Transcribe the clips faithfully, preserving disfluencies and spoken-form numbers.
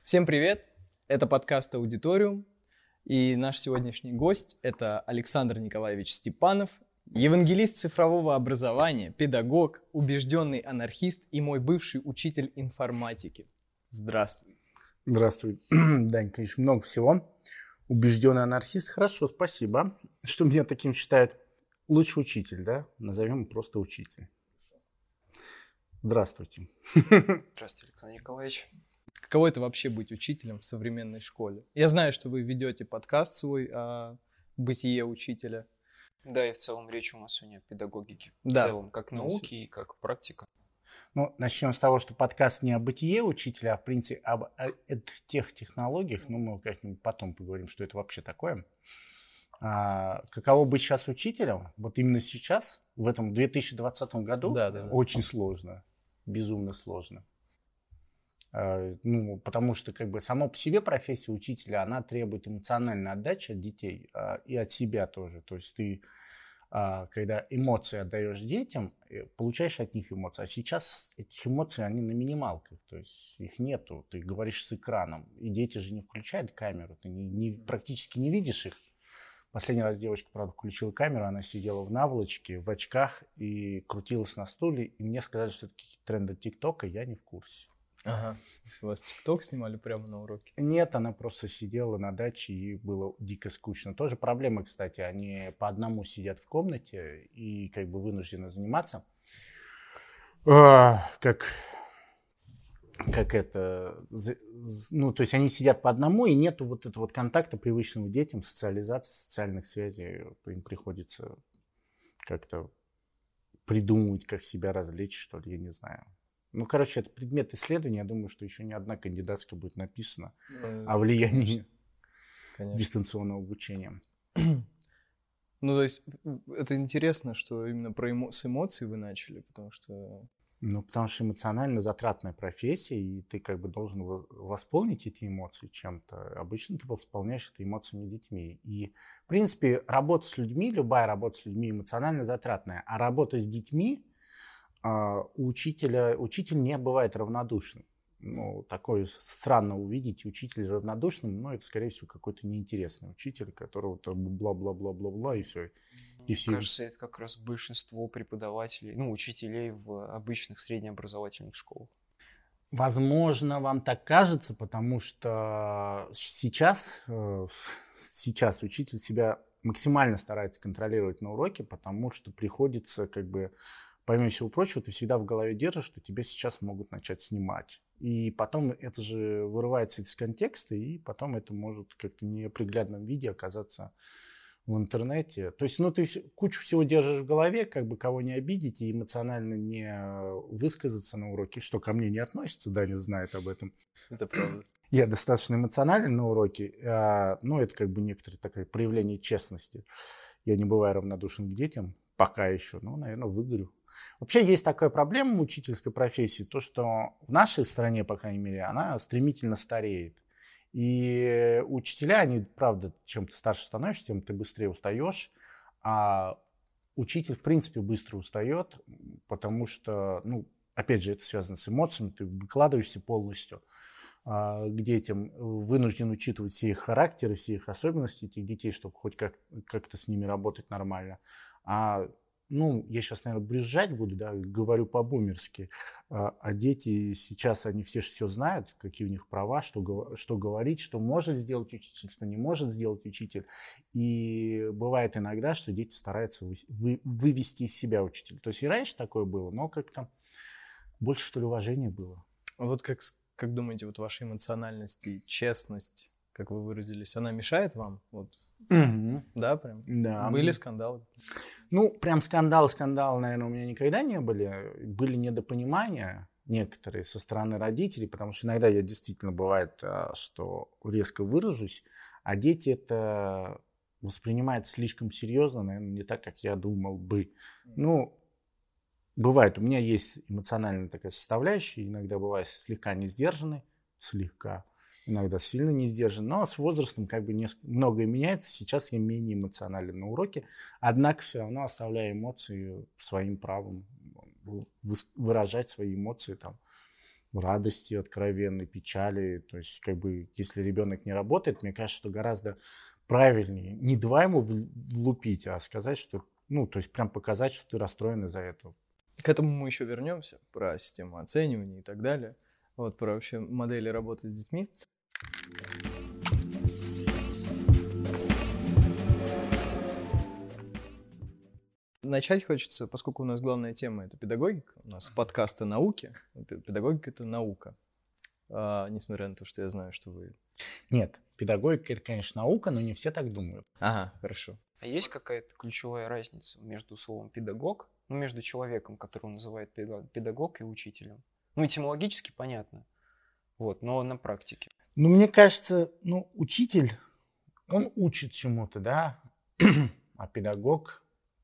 Всем привет! Это подкаст «Аудиториум», и наш сегодняшний гость – это Александр Николаевич Степанов, евангелист цифрового образования, педагог, убежденный анархист и мой бывший учитель информатики. Здравствуйте. Здравствуй, Дань, конечно, много всего. Убежденный анархист, хорошо, спасибо, что меня таким считают. Лучший учитель, да? Назовем его просто учитель. Здравствуйте. Здравствуйте, Александр Николаевич. Каково это вообще быть учителем в современной школе? Я знаю, что вы ведете подкаст свой о бытие учителя. Да, и в целом речь у нас сегодня о педагогике. Да. В целом, как науки и как практика. Ну, начнем с того, что подкаст не о бытие учителя, а в принципе об тех технологиях. Ну, мы как-нибудь потом поговорим, что это вообще такое. А, каково быть сейчас учителем? Вот именно сейчас, в этом две тысячи двадцатом году, да, да, да. очень сложно, безумно сложно. Ну, потому что как бы сама по себе профессия учителя, она требует эмоциональной отдачи от детей а, и от себя тоже. То есть ты, а, когда эмоции отдаешь детям, получаешь от них эмоции. А сейчас этих эмоций, они на минималках, то есть их нету. Ты говоришь с экраном, и дети же не включают камеру, ты не, не, практически не видишь их. Последний раз девочка, правда, включила камеру, она сидела в наволочке, в очках и крутилась на стуле. И мне сказали, что это какие-то тренды ТикТока, я не в курсе. Ага. У вас ТикТок снимали прямо на уроке? Нет, она просто сидела на даче, и было дико скучно. Тоже проблема, кстати, они по одному сидят в комнате и как бы вынуждены заниматься. А, как, как это... Ну, то есть они сидят по одному, и нету вот этого вот контакта привычного детям, социализации, социальных связей. Им приходится как-то придумывать, как себя развлечь, что ли, я не знаю. Ну, короче, это предмет исследования. Я думаю, что еще не одна кандидатская будет написана ну, о влиянии конечно. дистанционного обучения. Ну, то есть это интересно, что именно про эмо- с эмоций вы начали, потому что... Ну, потому что эмоционально затратная профессия, и ты как бы должен восполнить эти эмоции чем-то. Обычно ты восполняешь это эмоциями детьми. И, в принципе, работа с людьми, любая работа с людьми эмоционально затратная, а работа с детьми у учителя, учитель не бывает равнодушным. Ну, такое странно увидеть учителя равнодушным, но это, скорее всего, какой-то неинтересный учитель, которого там бла-бла-бла-бла-бла, и все. И Мне все... кажется, это как раз большинство преподавателей, ну, учителей в обычных среднеобразовательных школах. Возможно, вам так кажется, потому что сейчас, сейчас учитель себя максимально старается контролировать на уроке, потому что приходится как бы... Помимо всего прочего, ты всегда в голове держишь, что тебя сейчас могут начать снимать. И потом это же вырывается из контекста, и потом это может как-то в неприглядном виде оказаться в интернете. То есть, ну, ты кучу всего держишь в голове, как бы кого не обидеть и эмоционально не высказаться на уроке, что ко мне не относится, Даня знает об этом. Это правда. Я достаточно эмоционален на уроке, но это как бы некоторое такое проявление честности. Я не бываю равнодушен к детям. Пока еще, ну, наверное, выгорю. Вообще есть такая проблема в учительской профессии, то, что в нашей стране, по крайней мере, она стремительно стареет. И учителя, они, правда, чем ты старше становишься, тем ты быстрее устаешь. А учитель, в принципе, быстро устает, потому что, ну, опять же, это связано с эмоциями, ты выкладываешься полностью к детям, вынужден учитывать все их характеры, все их особенности этих детей, чтобы хоть как- как-то с ними работать нормально. А, ну, я сейчас, наверное, брюзжать буду, да, говорю по-бумерски, а, а дети сейчас, они все все знают, какие у них права, что, что говорить, что может сделать учитель, что не может сделать учитель. И бывает иногда, что дети стараются вы, вы, вывести из себя учителя. То есть и раньше такое было, но как-то больше, что ли, уважения было. Вот как... Как думаете, вот ваша эмоциональность и честность, как вы выразились, она мешает вам? Вот. Угу. Да, прям? Да. Были скандалы? Ну, прям скандалы, скандалы, наверное, у меня никогда не были. Были недопонимания некоторые со стороны родителей, потому что иногда я действительно бывает, что резко выражусь, а дети это воспринимают слишком серьезно, наверное, не так, как я думал бы. Ну, бывает, у меня есть эмоциональная такая составляющая, иногда бывает слегка не сдержанный, слегка, иногда сильно не сдержан, но с возрастом как бы несколько, многое меняется, сейчас я менее эмоционален на уроке, однако все равно оставляю эмоции своим правом, выражать свои эмоции там радости откровенной, печали. То есть, как бы, если ребенок не работает, мне кажется, что гораздо правильнее не два ему влупить, а сказать, что, ну, то есть прям показать, что ты расстроен из-за этого. К этому мы еще вернемся, про систему оценивания и так далее. Вот, про вообще модели работы с детьми. Начать хочется, поскольку у нас главная тема — это педагогика, у нас подкаст о науке, педагогика — это наука, а, несмотря на то, что я знаю, что вы... Нет, педагогика — это, конечно, наука, но не все так думают. Ага, хорошо. А есть какая-то ключевая разница между словом «педагог», ну, между человеком, которого называют педагог, и учителем? Ну, этимологически понятно, вот, но на практике. Ну, мне кажется, ну, учитель, он учит чему-то, да, а педагог...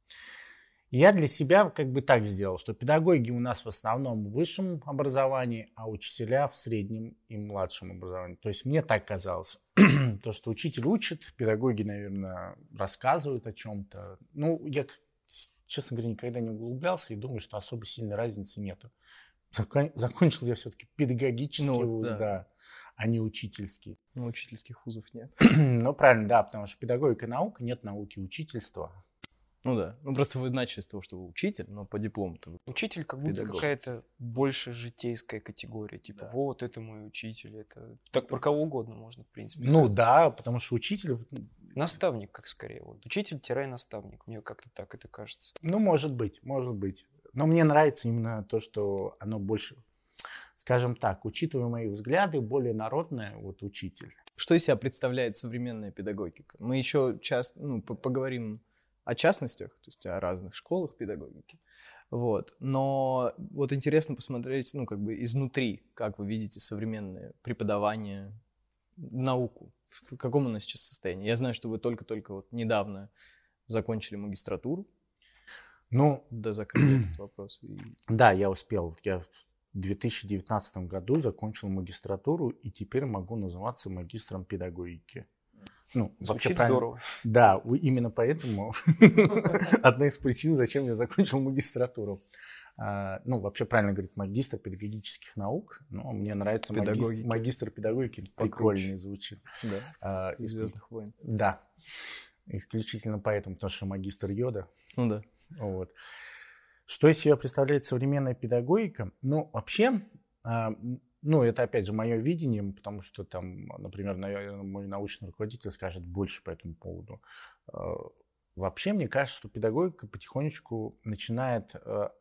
Я для себя как бы так сделал, что педагоги у нас в основном в высшем образовании, а учителя в среднем и младшем образовании. То есть мне так казалось. То, что учитель учит, педагоги, наверное, рассказывают о чем-то. Ну, я, честно говоря, никогда не углублялся и думаю, что особо сильной разницы нету. Закончил я все-таки педагогический ну, вуз, да. да, а не учительский. Ну, учительских вузов нет. Ну, правильно, да, потому что педагогика и наука, нет науки учительства. Ну да, ну просто вы начали с того, что вы учитель, но по диплому-то вы учитель как будто педагог. Какая-то больше житейская категория, типа да. Вот это мой учитель, это так про кого угодно можно в принципе. Ну сказать. Да, потому что учитель... Наставник, как скорее, вот учитель-наставник, мне как-то так это кажется. Ну может быть, может быть, но мне нравится именно то, что оно больше, скажем так, учитывая мои взгляды, более народное, вот учитель. Что из себя представляет современная педагогика? Мы еще часто ну, поговорим о частностях, то есть о разных школах педагогики, вот. Но вот интересно посмотреть, ну, как бы изнутри, как вы видите современное преподавание, науку, в каком оно сейчас состоянии. Я знаю, что вы только-только вот недавно закончили магистратуру. Ну, да, закрыли этот вопрос. И... Да, я успел. Я в две тысячи девятнадцатом году закончил магистратуру и теперь могу называться магистром педагогики. Ну, звучит здорово. Да, именно поэтому одна из причин, зачем я закончил магистратуру. А, ну, вообще правильно говорить магистр педагогических наук, но мне нравится магистр, магистр педагогики, прикольнее звучит. Да, а, из «Звездных войн». Да, исключительно поэтому, потому что магистр Йода. Ну да. Вот. Что из себя представляет современная педагогика? Ну, вообще... А, Ну, это, опять же, мое видение, потому что там, например, мой научный руководитель скажет больше по этому поводу. Вообще, мне кажется, что педагогика потихонечку начинает...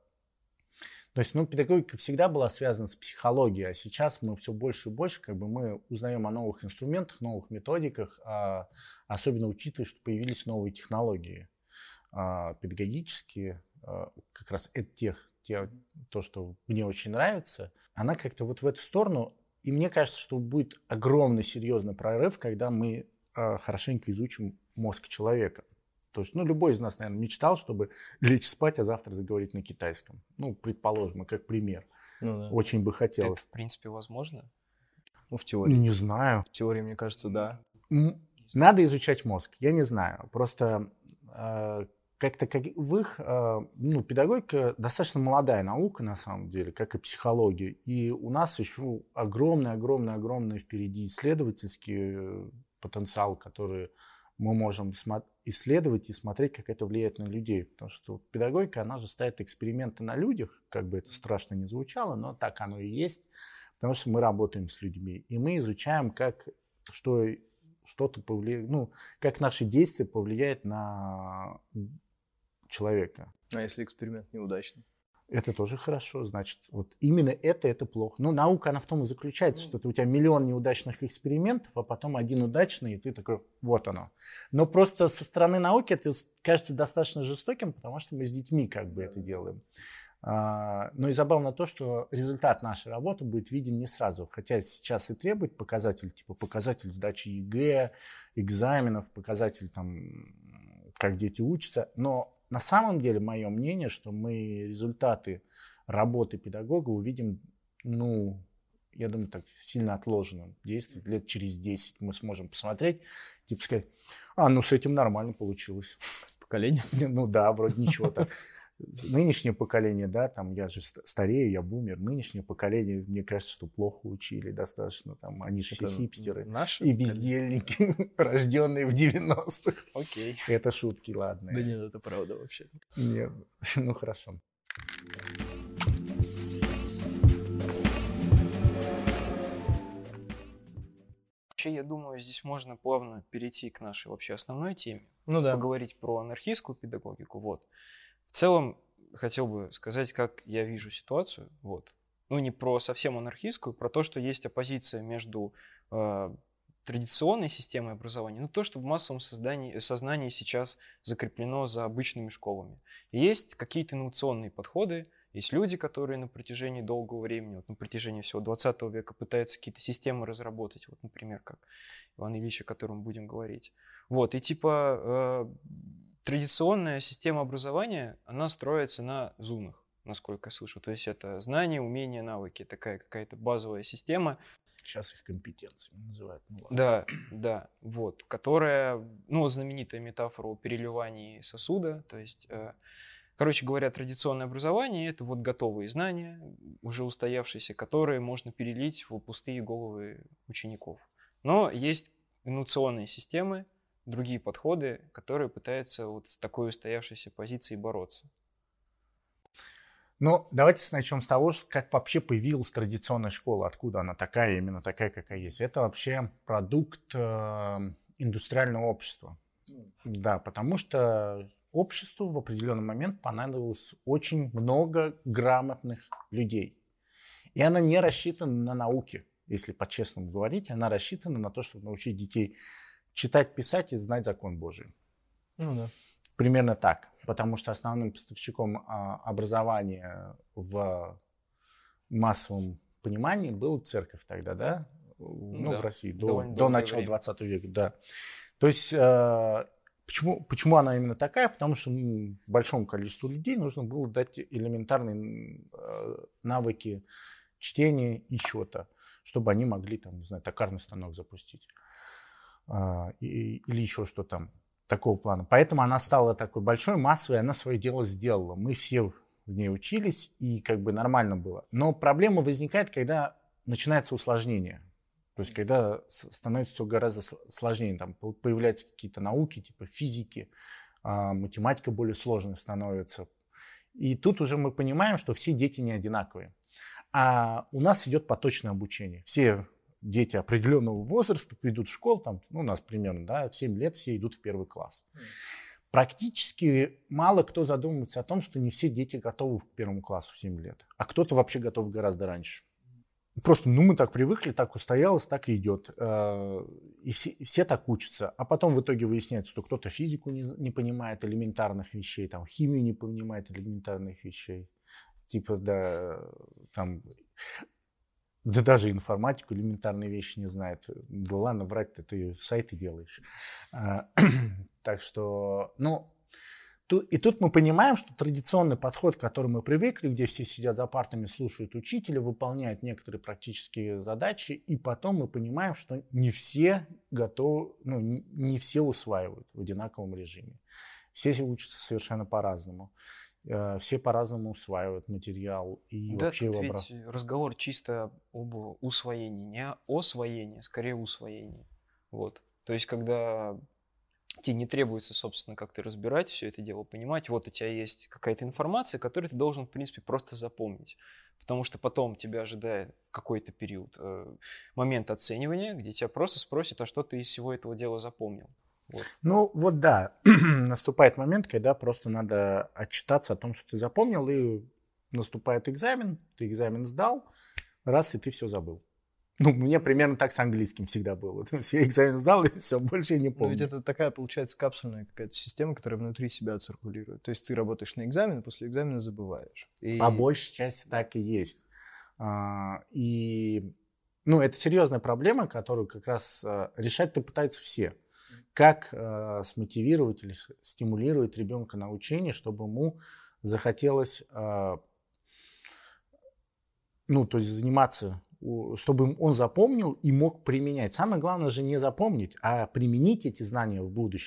То есть, ну, педагогика всегда была связана с психологией, а сейчас мы все больше и больше, как бы, мы узнаем о новых инструментах, новых методиках, особенно учитывая, что появились новые технологии педагогические, как раз это тех, те, то, что мне очень нравится, она как-то вот в эту сторону. И мне кажется, что будет огромный серьезный прорыв, когда мы э, хорошенько изучим мозг человека. То есть, ну, любой из нас, наверное, мечтал, чтобы лечь спать, а завтра заговорить на китайском. Ну, предположим, как пример. Ну, да. Очень бы хотелось. Это, в принципе, возможно? Ну, в теории. Не знаю. В теории, мне кажется, да. Надо изучать мозг. Я не знаю. Просто... Э, Как таковых, ну, педагогика достаточно молодая наука, на самом деле, как и психология. И у нас еще огромный-огромный-огромный впереди исследовательский потенциал, который мы можем исследовать и смотреть, как это влияет на людей. Потому что педагогика, она же ставит эксперименты на людях, как бы это страшно ни звучало, но так оно и есть, потому что мы работаем с людьми. И мы изучаем, как, что, что-то повлияет, ну, как наши действия повлияют на... человека. А если эксперимент неудачный? Это тоже хорошо, значит, вот именно это, это плохо. Ну, наука, она в том и заключается, что у тебя миллион неудачных экспериментов, а потом один удачный, и ты такой, вот оно. Но просто со стороны науки это кажется достаточно жестоким, потому что мы с детьми как бы это делаем. А, но и забавно то, что результат нашей работы будет виден не сразу, хотя сейчас и требует показатель, типа показатель сдачи ЕГЭ, экзаменов, показатель там, как дети учатся, но на самом деле, мое мнение, что мы результаты работы педагога увидим, ну, я думаю, так сильно отложенным действием. Лет через десять мы сможем посмотреть, типа сказать, а, ну, с этим нормально получилось. С поколением? Ну да, вроде ничего так. Нынешнее поколение, да, там я же старею, я бумер. Нынешнее поколение, мне кажется, что плохо учили достаточно. Там они же все Это хипстеры наши и бездельники, рожденные в девяностых. Окей. Это шутки, ладно. Да нет, это правда вообще. Нет, ну хорошо. Вообще, я думаю, здесь можно плавно перейти к нашей вообще основной теме. Ну да. Поговорить про анархистскую педагогику. Вот. В целом, хотел бы сказать, как я вижу ситуацию. Вот. Ну, не про совсем анархистскую, про то, что есть оппозиция между э, традиционной системой образования, ну, то, что в массовом создании, сознании сейчас закреплено за обычными школами. И есть какие-то инновационные подходы, есть люди, которые на протяжении долгого времени, вот на протяжении всего двадцатого века пытаются какие-то системы разработать, вот, например, как Иван Ильич, о котором мы будем говорить. Вот, и типа э, традиционная система образования, она строится на зунах, насколько я слышу. То есть это знания, умения, навыки, такая какая-то базовая система. Сейчас их компетенциями называют. Ну, да, да, вот, которая, ну, вот знаменитая метафора о переливании сосуда, то есть... Э, Короче говоря, традиционное образование – это вот готовые знания, уже устоявшиеся, которые можно перелить в пустые головы учеников. Но есть инновационные системы, другие подходы, которые пытаются вот с такой устоявшейся позицией бороться. Ну, давайте начнем с того, как вообще появилась традиционная школа, откуда она такая, именно такая, какая есть. Это вообще продукт э, индустриального общества. Да, потому что обществу в определенный момент понадобилось очень много грамотных людей. И она не рассчитана на науки, если по-честному говорить. Она рассчитана на то, чтобы научить детей читать, писать и знать закон Божий. Ну да. Примерно так. Потому что основным поставщиком а, образования в массовом понимании была церковь тогда, да? Ну, да. В России, до, до начала двадцатого века, да. То есть... А, Почему, почему она именно такая? Потому что ну, большому количеству людей нужно было дать элементарные э, навыки чтения и счета, чтобы они могли, там, не знаю, токарный станок запустить э, и, или еще что там такого плана. Поэтому она стала такой большой, массовой, она свое дело сделала. Мы все в ней учились, и как бы нормально было. Но проблема возникает, когда начинается усложнение. То есть, когда становится все гораздо сложнее, там появляются какие-то науки, типа физики, математика более сложная становится. И тут уже мы понимаем, что все дети не одинаковые. А у нас идет поточное обучение. Все дети определенного возраста придут в школу, там, ну, у нас примерно, да, в семь лет все идут в первый класс. Практически мало кто задумывается о том, что не все дети готовы к первому классу в семь лет, а кто-то вообще готов гораздо раньше. Просто, ну, мы так привыкли, так устоялось, так и идет. И все, все так учатся. А потом в итоге выясняется, что кто-то физику не, не понимает элементарных вещей, там, химию не понимает элементарных вещей. Типа, да, там, да даже информатику элементарные вещи не знает. Да ладно, врать-то ты сайты делаешь. Так что, ну... И тут мы понимаем, что традиционный подход, к которому мы привыкли, где все сидят за партами, слушают учителя, выполняют некоторые практические задачи, и потом мы понимаем, что не все готовы, ну, не все усваивают в одинаковом режиме. Все учатся совершенно по-разному. Все по-разному усваивают материал. И да, вообще его ведь разговор чисто об усвоении, не о освоении, а скорее усвоении. Вот. То есть, когда... Тебе не требуется, собственно, как-то разбирать все это дело, понимать. Вот у тебя есть какая-то информация, которую ты должен, в принципе, просто запомнить. Потому что потом тебя ожидает какой-то период, э, момент оценивания, где тебя просто спросят, а что ты из всего этого дела запомнил. Вот. Ну, вот да, наступает момент, когда просто надо отчитаться о том, что ты запомнил, и наступает экзамен, ты экзамен сдал, раз, и ты все забыл. Ну, мне примерно так с английским всегда было. Все экзамен сдал, и все, больше я не помню. Но ведь это такая, получается, капсульная какая-то система, которая внутри себя циркулирует. То есть ты работаешь на экзамен, и после экзамена забываешь. И... По большей части так и есть. И, ну, это серьезная проблема, которую как раз решать-то пытаются все. Как смотивировать или стимулировать ребенка на учение, чтобы ему захотелось, ну, то есть заниматься, чтобы он запомнил и мог применять. Самое главное же не запомнить, а применить эти знания в будущем.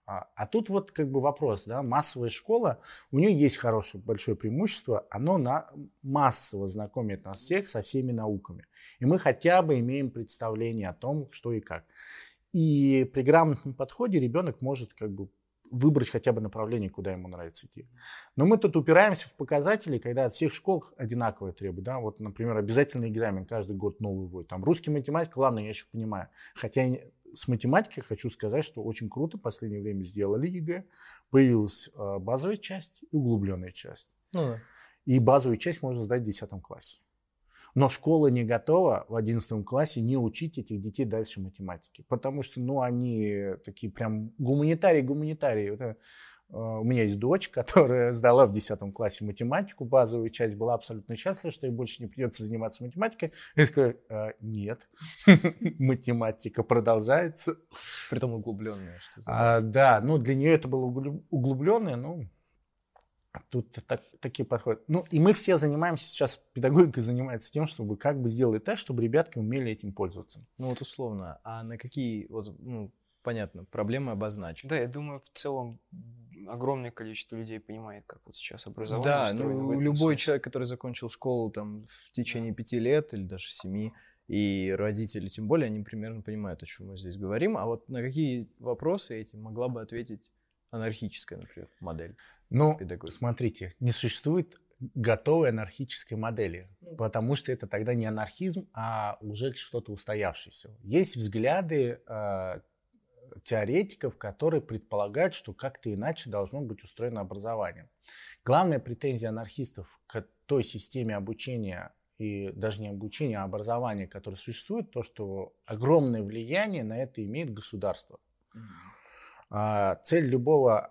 А, а тут вот как бы вопрос, да, массовая школа, у нее есть хорошее, большое преимущество, оно на, массово знакомит нас всех со всеми науками. И мы хотя бы имеем представление о том, что и как. И при грамотном подходе ребенок может как бы выбрать хотя бы направление, куда ему нравится идти. Но мы тут упираемся в показатели, когда от всех школ одинаковые требуют. Да? Вот, например, обязательный экзамен каждый год новый вводит. Там русский, математика, ладно, я еще понимаю. Хотя с математикой хочу сказать, что очень круто в последнее время сделали ЕГЭ. Появилась базовая часть и углубленная часть. Ну, да. И базовую часть можно сдать в десятом классе. Но школа не готова в одиннадцатом классе не учить этих детей дальше математике. Потому что, ну, они такие прям гуманитарии-гуманитарии. Вот, э, у меня есть дочь, которая сдала в десятом классе математику, базовую часть, была абсолютно счастлива, что ей больше не придется заниматься математикой. Я сказал, э, нет, математика продолжается. Притом углубленная. Что а, да, ну, для нее это было углубленное, ну... Тут так, такие подходы. Ну, и мы все занимаемся сейчас, педагогика занимается тем, чтобы как бы сделать так, чтобы ребятки умели этим пользоваться. Ну, вот условно. А на какие, вот, ну, понятно, проблемы обозначены? Да, я думаю, в целом огромное количество людей понимает, как вот сейчас образование Да, устроено. ну, любой смысле. Человек, который закончил школу там в течение пяти лет или даже семи, и родители, тем более, они примерно понимают, о чем мы здесь говорим. А вот на какие вопросы эти могла бы ответить анархическая, например, модель? Ну, смотрите, не существует готовой анархической модели, потому что это тогда не анархизм, а уже что-то устоявшееся. Есть взгляды э, теоретиков, которые предполагают, что как-то иначе должно быть устроено образование. Главная претензия анархистов к той системе обучения, и даже не обучения, а образования, которое существует, то, что огромное влияние на это имеет государство. Э, цель любого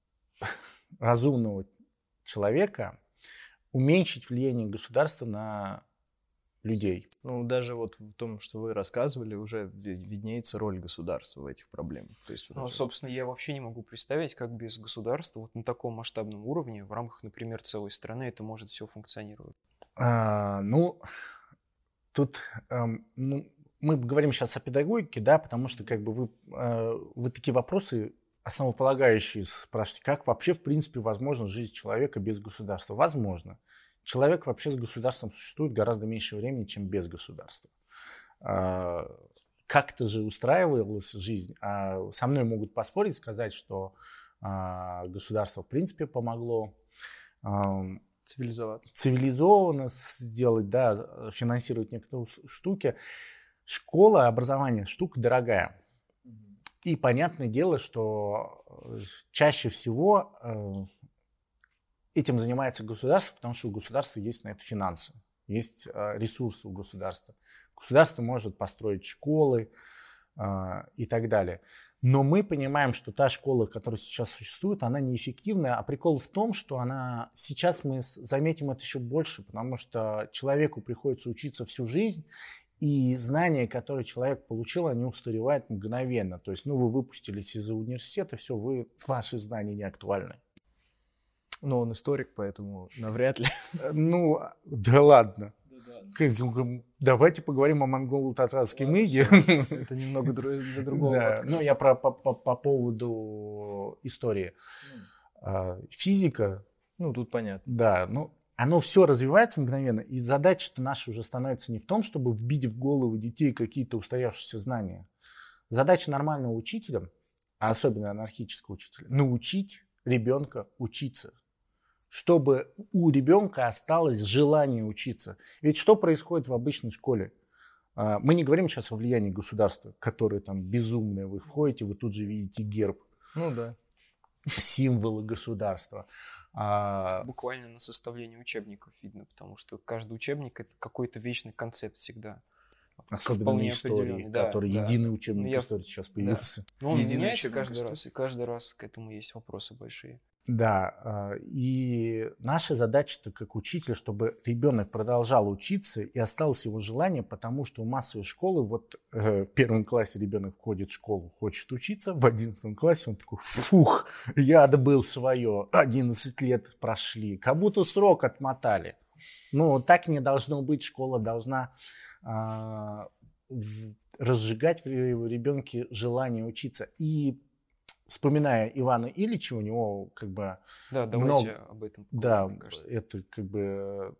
разумного человека уменьшить влияние государства на людей. Ну, даже вот в том, что вы рассказывали, уже виднеется роль государства в этих проблемах. То есть, ну, собственно, я вообще не могу представить, как без государства вот на таком масштабном уровне, в рамках, например, целой страны, это может все функционировать. А, ну, тут эм, ну, мы говорим сейчас о педагогике, да, потому что как бы вы, э, вы такие вопросы основополагающие спрашиваете, как вообще, в принципе, возможна жизнь человека без государства? Возможно. Человек вообще с государством существует гораздо меньше времени, чем без государства. Как-то же устраивалась жизнь. Со мной могут поспорить, сказать, что государство, в принципе, помогло цивилизоваться. Цивилизованно сделать, да, финансировать некоторые штуки. Школа, образование, штука дорогая. И понятное дело, что чаще всего этим занимается государство, потому что у государства есть на это финансы, есть ресурсы у государства. Государство может построить школы и так далее. Но мы понимаем, что та школа, которая сейчас существует, она неэффективная. А прикол в том, что она сейчас мы заметим это еще больше, потому что человеку приходится учиться всю жизнь. И знания, которые человек получил, они устаревают мгновенно. То есть, ну, вы выпустились из университета, все, вы, ваши знания не актуальны. Ну, он историк, поэтому навряд ли. Ну, да ладно. Давайте поговорим о монголо-татарской миге. Это немного для другого. Да, ну, я про, по, по, по поводу истории. Физика. Ну, тут понятно. Да, ну. Оно все развивается мгновенно, и задача-то наша уже становится не в том, чтобы вбить в голову детей какие-то устоявшиеся знания. Задача нормального учителя, а особенно анархического учителя, научить ребенка учиться, чтобы у ребенка осталось желание учиться. Ведь что происходит в обычной школе? Мы не говорим сейчас о влиянии государства, которое там безумное. Вы входите, вы тут же видите герб. Ну да. Символы государства. А... Буквально на составлении учебников видно, потому что каждый учебник — это какой-то вечный концепт всегда. Особенно на истории, да, который да. Единый учебник ну, истории я... сейчас появился. Да. Но он Единый меняется каждый истории. раз, и каждый раз к этому есть вопросы большие. Да, и наша задача-то как учитель, чтобы ребенок продолжал учиться и осталось его желание, потому что у массовой школы, вот в первом классе ребенок входит в школу, хочет учиться, в одиннадцатом классе он такой, фух, я добыл свое, одиннадцать лет прошли, как будто срок отмотали. Ну, так не должно быть, школа должна а, разжигать в ребенке желание учиться. И вспоминая Ивана Ильича, у него как бы Да, давайте много... об этом поговорим, да, мне кажется. это как бы...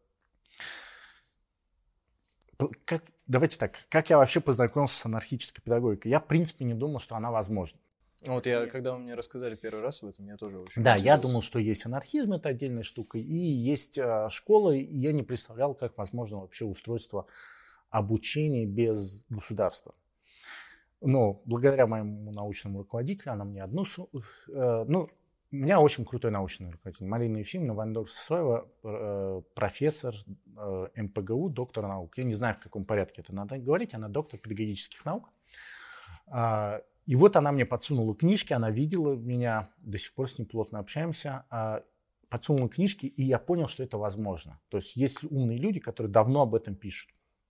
Как... Давайте так, как я вообще познакомился с анархической педагогикой? Я, в принципе, не думал, что она возможна. Вот я, когда вы мне рассказали первый раз об этом, я тоже очень Да, я удивился. думал, что есть анархизм, это отдельная штука, и есть э, школа, и я не представлял, как возможно вообще устройство обучения без государства. Но благодаря моему научному руководителю, она мне одну... Э, ну, у меня очень крутой научный руководитель. Марина Ефимовна Вандорс-Сысоева, э, профессор э, эм пэ гэ у, доктор наук. Я не знаю, в каком порядке это надо говорить, она доктор педагогических наук. Э, И вот она мне подсунула книжки, она видела меня, до сих пор с ней плотно общаемся, подсунула книжки, и я понял, что это возможно. То есть есть умные люди, которые давно об этом пишут.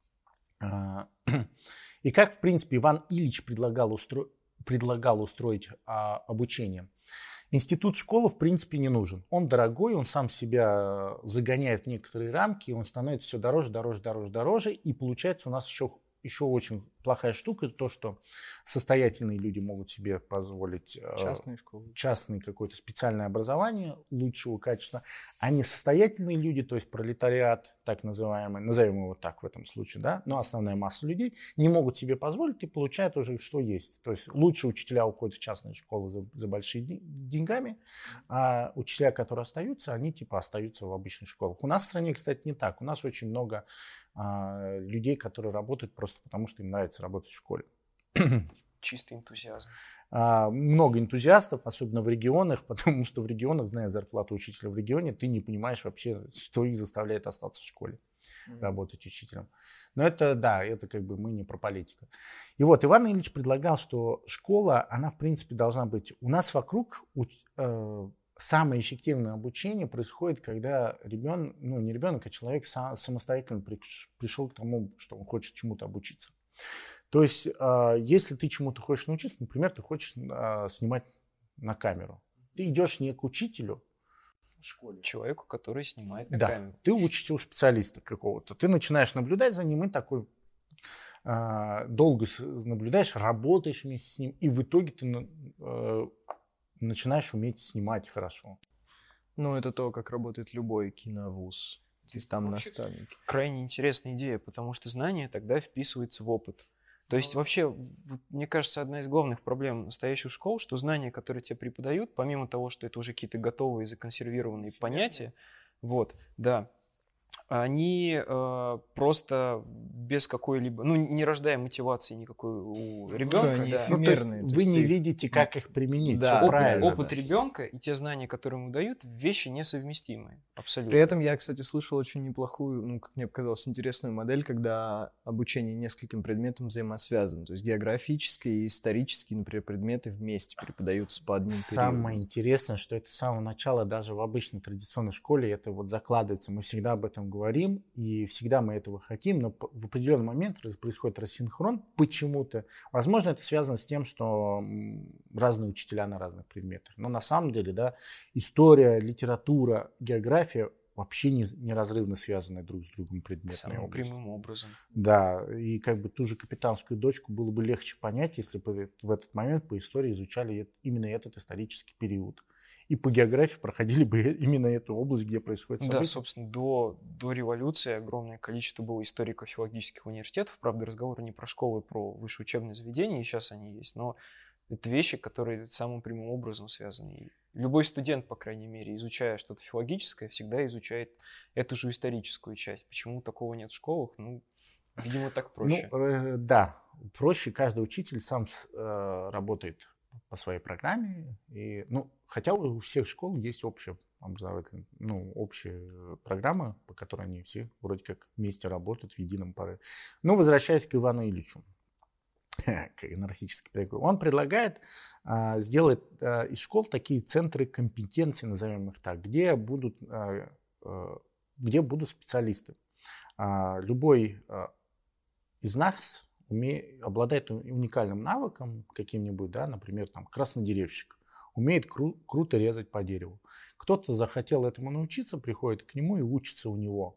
И как, в принципе, Иван Ильич предлагал, устро... предлагал устроить а, обучение. Институт школы, в принципе, не нужен. Он дорогой, он сам себя загоняет в некоторые рамки, он становится все дороже, дороже, дороже, дороже, и получается у нас еще... Еще очень плохая штука, то, что состоятельные люди могут себе позволить частные школы, частное какое-то специальное образование лучшего качества, а несостоятельные люди, то есть пролетариат, так называемый, назовем его так в этом случае, да, но основная масса людей не могут себе позволить и получают уже что есть. То есть лучшие учителя уходят в частные школы за, за большие деньгами, а учителя, которые остаются, они типа остаются в обычных школах. У нас в стране, кстати, не так. У нас очень много а, людей, которые работают просто потому, что им нравится работать в школе. Чистый энтузиазм. А, много энтузиастов, особенно в регионах, потому что в регионах, зная зарплату учителя в регионе, ты не понимаешь вообще, что их заставляет остаться в школе, mm-hmm. работать учителем. Но это, да, это как бы мы не про политику. И вот Иван Ильич предлагал, что школа, она в принципе должна быть... У нас вокруг э, самое эффективное обучение происходит, когда ребенок, ну не ребенок, а человек сам, самостоятельно приш, пришел к тому, что он хочет чему-то обучиться. То есть, если ты чему-то хочешь научиться, например, ты хочешь снимать на камеру, ты идешь не к учителю в школе. Человеку, который снимает на да, камеру. Ты учишься у специалиста какого-то. Ты начинаешь наблюдать за ним и такой долго наблюдаешь, работаешь вместе с ним, и в итоге ты начинаешь уметь снимать хорошо. Ну, это то, как работает любой киновуз. То есть там вообще наставники. Крайне интересная идея, потому что знание тогда вписывается в опыт. То есть вообще, мне кажется, одна из главных проблем настоящих школ, что знания, которые тебе преподают, помимо того, что это уже какие-то готовые, законсервированные понятия, вот, да, они э, просто без какой-либо, ну, не рождая мотивации никакой у ребенка. Ну, да. Ну, то есть вы не их... видите, как их применить. Да, Все опыт, правильно. Опыт да. ребенка и те знания, которые ему дают, вещи несовместимые. Абсолютно. При этом я, кстати, слышал очень неплохую, ну, как мне показалось, интересную модель, когда обучение нескольким предметам взаимосвязано. То есть географические и исторические, например, предметы вместе преподаются по одним периодам. Самое интересное, что это с самого начала даже в обычной традиционной школе это вот закладывается. Мы всегда об этом говорим, и всегда мы этого хотим, но в определенный момент происходит рассинхрон почему-то. Возможно, это связано с тем, что разные учителя на разных предметах. Но на самом деле, да, история, литература, география вообще не, неразрывно связаны друг с другом предметные Самым области. прямым образом. Да, и как бы ту же капитанскую дочку было бы легче понять, если бы в этот момент по истории изучали именно этот исторический период. И по географии проходили бы именно эту область, где происходит событие. Да, собственно, до, до революции огромное количество было историко-филологических университетов. Правда, разговор не про школы, про высшее учебное заведение, и сейчас они есть, но это вещи, которые самым прямым образом связаны. И любой студент, по крайней мере, изучая что-то филологическое, всегда изучает эту же историческую часть. Почему такого нет в школах? Ну, видимо, так проще. Ну, э, да, проще. Каждый учитель сам э, работает по своей программе. И, ну, хотя у всех школ есть общая образовательная, ну, общая программа, по которой они все вроде как вместе работают в едином порыве. Но возвращаясь к Ивану Ильичу, как анархический педагог, он предлагает а, сделать а, из школ такие центры компетенции, назовем их так, где будут, а, а, где будут специалисты. А, любой а, из нас уме, обладает уникальным навыком каким-нибудь, да, например, там, краснодеревщик, умеет кру, круто резать по дереву. Кто-то захотел этому научиться, приходит к нему и учится у него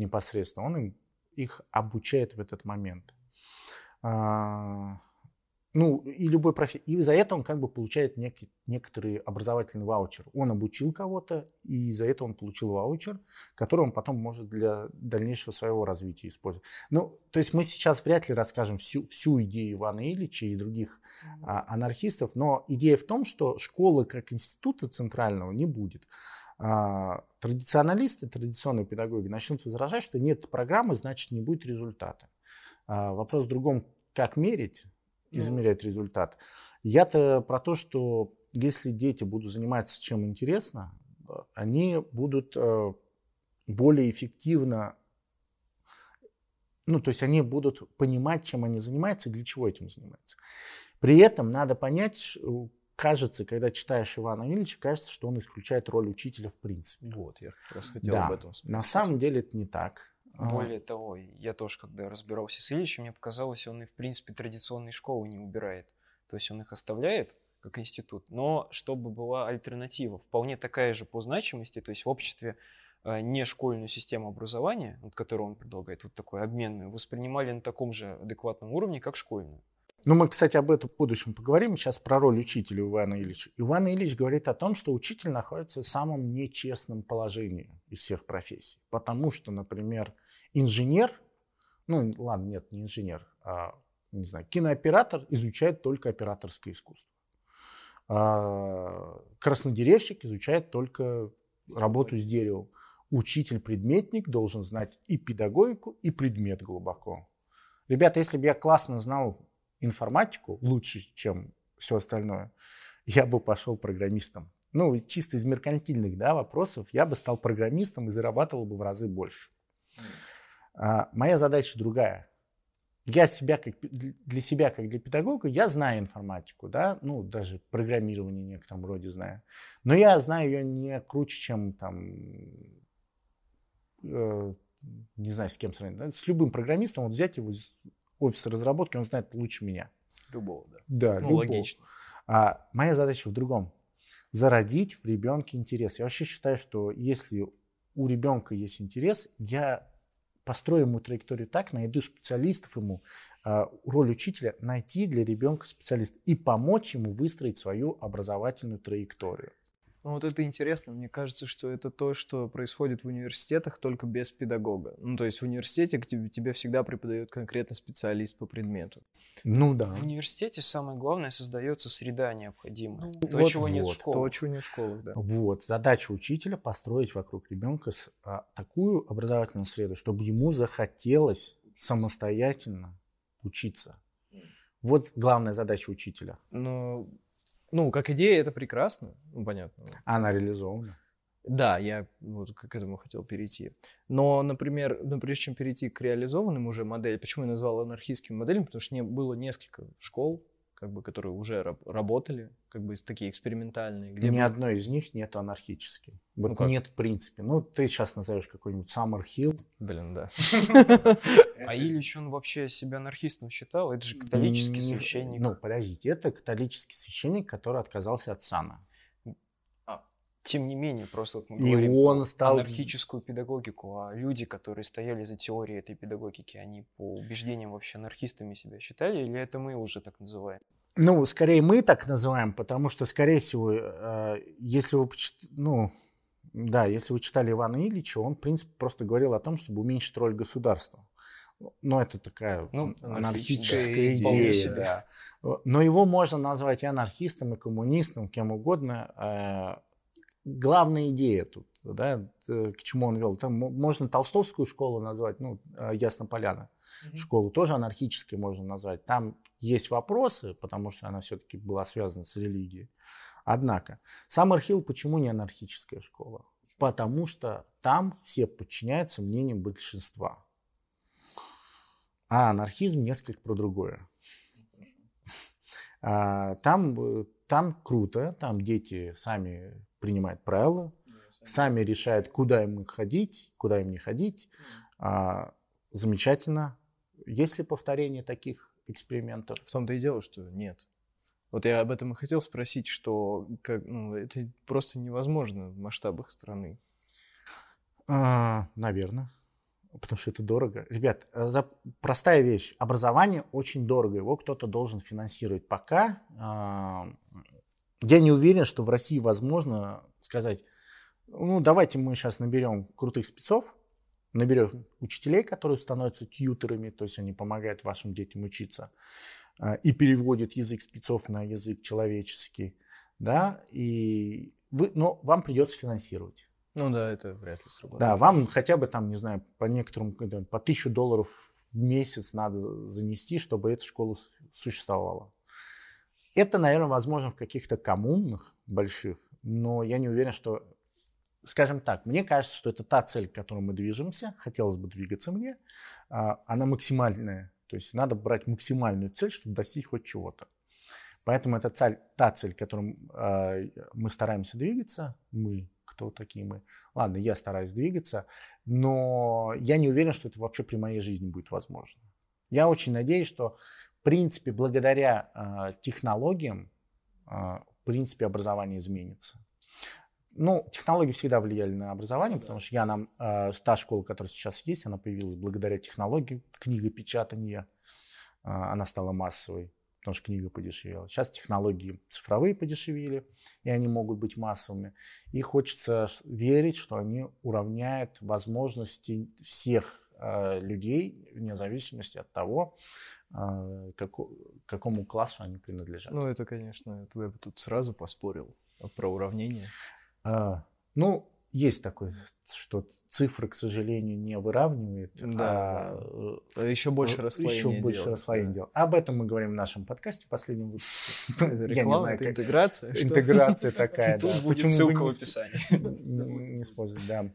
непосредственно. Он им, их обучает в этот момент. Ну, Ну, и любой профессии. И за это он как бы получает некий, некоторый образовательный ваучер. Он обучил кого-то, и за это он получил ваучер, который он потом может для дальнейшего своего развития использовать. Ну, то есть мы сейчас вряд ли расскажем всю, всю идею Ивана Ильича и других mm-hmm. а, анархистов, но идея в том, что школы как института центрального не будет. А, традиционалисты, традиционные педагоги начнут возражать, что нет программы, значит не будет результата. А, вопрос в другом, как мерить, измерять результат. Я-то про то, что если дети будут заниматься чем интересно, они будут э, более эффективно, ну, то есть они будут понимать, чем они занимаются и для чего этим занимаются. При этом надо понять, кажется, когда читаешь Ивана Ильича, кажется, что он исключает роль учителя в принципе. Вот, я как раз хотел да, об этом спросить. На самом деле это не так. Более того, я тоже, когда разбирался с Ильичем, мне показалось, он и в принципе традиционные школы не убирает. То есть он их оставляет как институт, но чтобы была альтернатива, вполне такая же по значимости, то есть в обществе не школьную систему образования, вот, которую он предлагает, вот такую обменную, воспринимали на таком же адекватном уровне, как школьную. Ну, мы, кстати, об этом в будущем поговорим. Сейчас про роль учителя у Ивана Ильича. Иван Ильич говорит о том, что учитель находится в самом нечестном положении из всех профессий. Потому что, например, инженер, ну, ладно, нет, не инженер, а, не знаю, кинооператор изучает только операторское искусство. А, краснодеревщик изучает только работу с деревом. Учитель-предметник должен знать и педагогику, и предмет глубоко. Ребята, если бы я классно знал информатику лучше, чем все остальное, я бы пошел программистом. Ну, чисто из меркантильных, да, вопросов, я бы стал программистом и зарабатывал бы в разы больше. Mm. А, моя задача другая. Я себя как, для себя, как для педагога, я знаю информатику, да, ну, даже программирование в некотором роде знаю. Но я знаю ее не круче, чем там, э, не знаю, с кем сравнить. Да? С любым программистом, вот взять его из офиса разработки, он знает лучше меня. Любого, да. Да, ну, любого. логично. А моя задача в другом. Зародить в ребенке интерес. Я вообще считаю, что если у ребенка есть интерес, я построю ему траекторию так, найду специалистов ему, роль учителя найти для ребенка специалиста и помочь ему выстроить свою образовательную траекторию. Ну, вот это интересно. Мне кажется, что это то, что происходит в университетах, только без педагога. Ну, то есть в университете тебе, тебе всегда преподает конкретно специалист по предмету. Ну, да. В университете самое главное — создается среда необходимая. Ну, то, вот, чего нет вот, в школах. То, чего нет в школах, да. Вот. Задача учителя — построить вокруг ребенка а, такую образовательную среду, чтобы ему захотелось самостоятельно учиться. Вот главная задача учителя. Но... Ну, как идея, это прекрасно, ну, понятно. Она реализована. Да, я вот к этому хотел перейти. Но, например, ну, прежде чем перейти к реализованным уже моделям, почему я назвал анархистскими моделями? Потому что не, было несколько школ, как бы, которые уже раб- работали, как бы такие экспериментальные. Где Ни был... одной из них нет анархической. Вот ну, нет в принципе. Ну, ты сейчас назовешь какой-нибудь Саммерхилл. Блин, да. А Ильич, он вообще себя анархистом считал? Это же католический священник. Ну, подождите, это католический священник, который отказался от сана. Тем не менее, просто вот мы и говорим он про стал... анархическую педагогику, а люди, которые стояли за теорией этой педагогики, они по убеждениям вообще анархистами себя считали, или это мы уже так называем? Ну, скорее мы так называем, потому что, скорее всего, если вы, ну, да, если вы читали Ивана Ильича, он, в принципе, просто говорил о том, чтобы уменьшить роль государства. Но это такая ну, анархическая идея. идея да. Но его можно назвать и анархистом, и коммунистом, кем угодно. Главная идея тут, да, к чему он вел. Там можно Толстовскую школу назвать, ну, Яснополяна mm-hmm. школу тоже анархической можно назвать. Там есть вопросы, потому что она все-таки была связана с религией. Однако, Саммерхилл почему не анархическая школа? Потому что там все подчиняются мнению большинства. А анархизм несколько про другое. Там, там круто, там дети сами принимают правила, сами решают, куда им ходить, куда им не ходить. А, замечательно. Есть ли повторение таких экспериментов? В том-то и дело, что нет. Вот я об этом и хотел спросить, что как, ну, это просто невозможно в масштабах страны. А, наверное. Потому что это дорого. Ребят, за простая вещь. Образование очень дорого. Его кто-то должен финансировать. Пока э, я не уверен, что в России возможно сказать, ну, давайте мы сейчас наберем крутых спецов, наберем учителей, которые становятся тьюторами, то есть они помогают вашим детям учиться, э, и переводят язык спецов на язык человеческий, да, и вы, но вам придется финансировать. Ну да, это вряд ли сработает. Да, вам хотя бы там, не знаю, по некоторым, по тысячу долларов в месяц надо занести, чтобы эта школа существовала. Это, наверное, возможно в каких-то коммунах больших, но я не уверен, что, скажем так, мне кажется, что это та цель, к которой мы движемся, хотелось бы двигаться мне, она максимальная, то есть надо брать максимальную цель, чтобы достичь хоть чего-то. Поэтому это цель, та цель, к которой мы стараемся двигаться, мы, кто такие мы. Ладно, я стараюсь двигаться, но я не уверен, что это вообще при моей жизни будет возможно. Я очень надеюсь, что, в принципе, благодаря э, технологиям, э, в принципе, образование изменится. Ну, технологии всегда влияли на образование, потому что я нам, э, та школа, которая сейчас есть, она появилась благодаря технологии книгопечатания, э, она стала массовой. Потому что книга подешевела. Сейчас технологии цифровые подешевели, и они могут быть массовыми. И хочется верить, что они уравняют возможности всех э, людей, вне зависимости от того, э, како, к какому классу они принадлежат. Ну, это, конечно, я бы тут сразу поспорил про уравнение. А, ну, есть такое, что цифры, к сожалению, не выравнивают, да, а еще больше расслоения еще больше делают, расслоения да. делают. Об этом мы говорим в нашем подкасте в последнем выпуске. Реклама, это интеграция. Интеграция такая, да. Тут будет ссылка в описании. Не использовать, да.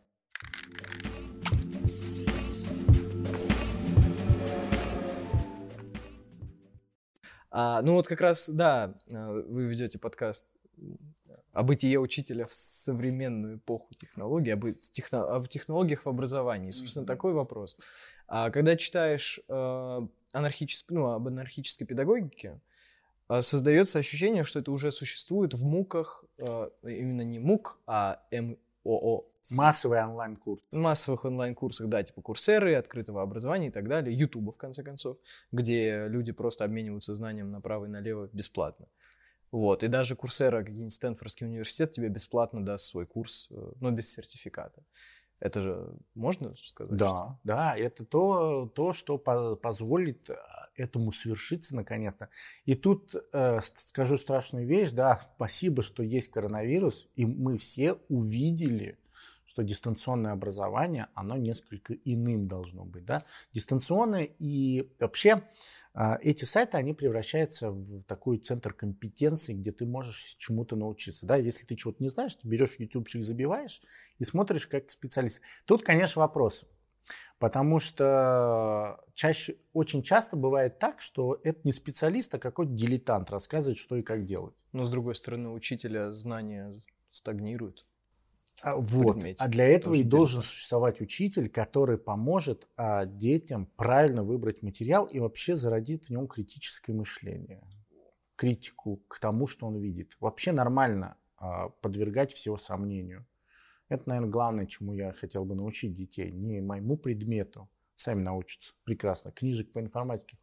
А, ну вот как раз, да, вы ведете подкаст о бытие учителя в современную эпоху технологий, об, техно, об технологиях в образовании. И, собственно, mm-hmm. такой вопрос. А, когда читаешь э, анархическ, ну, об анархической педагогике, э, создается ощущение, что это уже существует в МУКах, э, именно не МУК, а МОО. Массовый онлайн-курс. Массовых онлайн-курсах, да, типа Курсеры, открытого образования и так далее, Ютуба, в конце концов, где люди просто обмениваются знанием направо и налево бесплатно. Вот, и даже Курсера, какой-нибудь Стэнфордский университет тебе бесплатно даст свой курс, но без сертификата. Это же можно сказать? Да, что... да, это то, то, что по- позволит этому свершиться наконец-то. И тут э, скажу страшную вещь, да, спасибо, что есть коронавирус, и мы все увидели, что дистанционное образование, оно несколько иным должно быть, да. Дистанционное, и вообще э, эти сайты, они превращаются в такой центр компетенции, где ты можешь чему-то научиться, да. Если ты чего-то не знаешь, ты берешь ютубчик, забиваешь и смотришь как специалист. Тут, конечно, вопросы, потому что чаще, очень часто бывает так, что это не специалист, а какой-то дилетант рассказывает, что и как делать. Но, с другой стороны, у учителя знания стагнируют. А, вот. А для этого и должен делать. Существовать учитель, который поможет а, детям правильно выбрать материал и вообще зародит в нем критическое мышление, критику к тому, что он видит. Вообще нормально а, подвергать всего сомнению. Это, наверное, главное, чему я хотел бы научить детей. Не моему предмету, сами научатся прекрасно, книжек по информатике,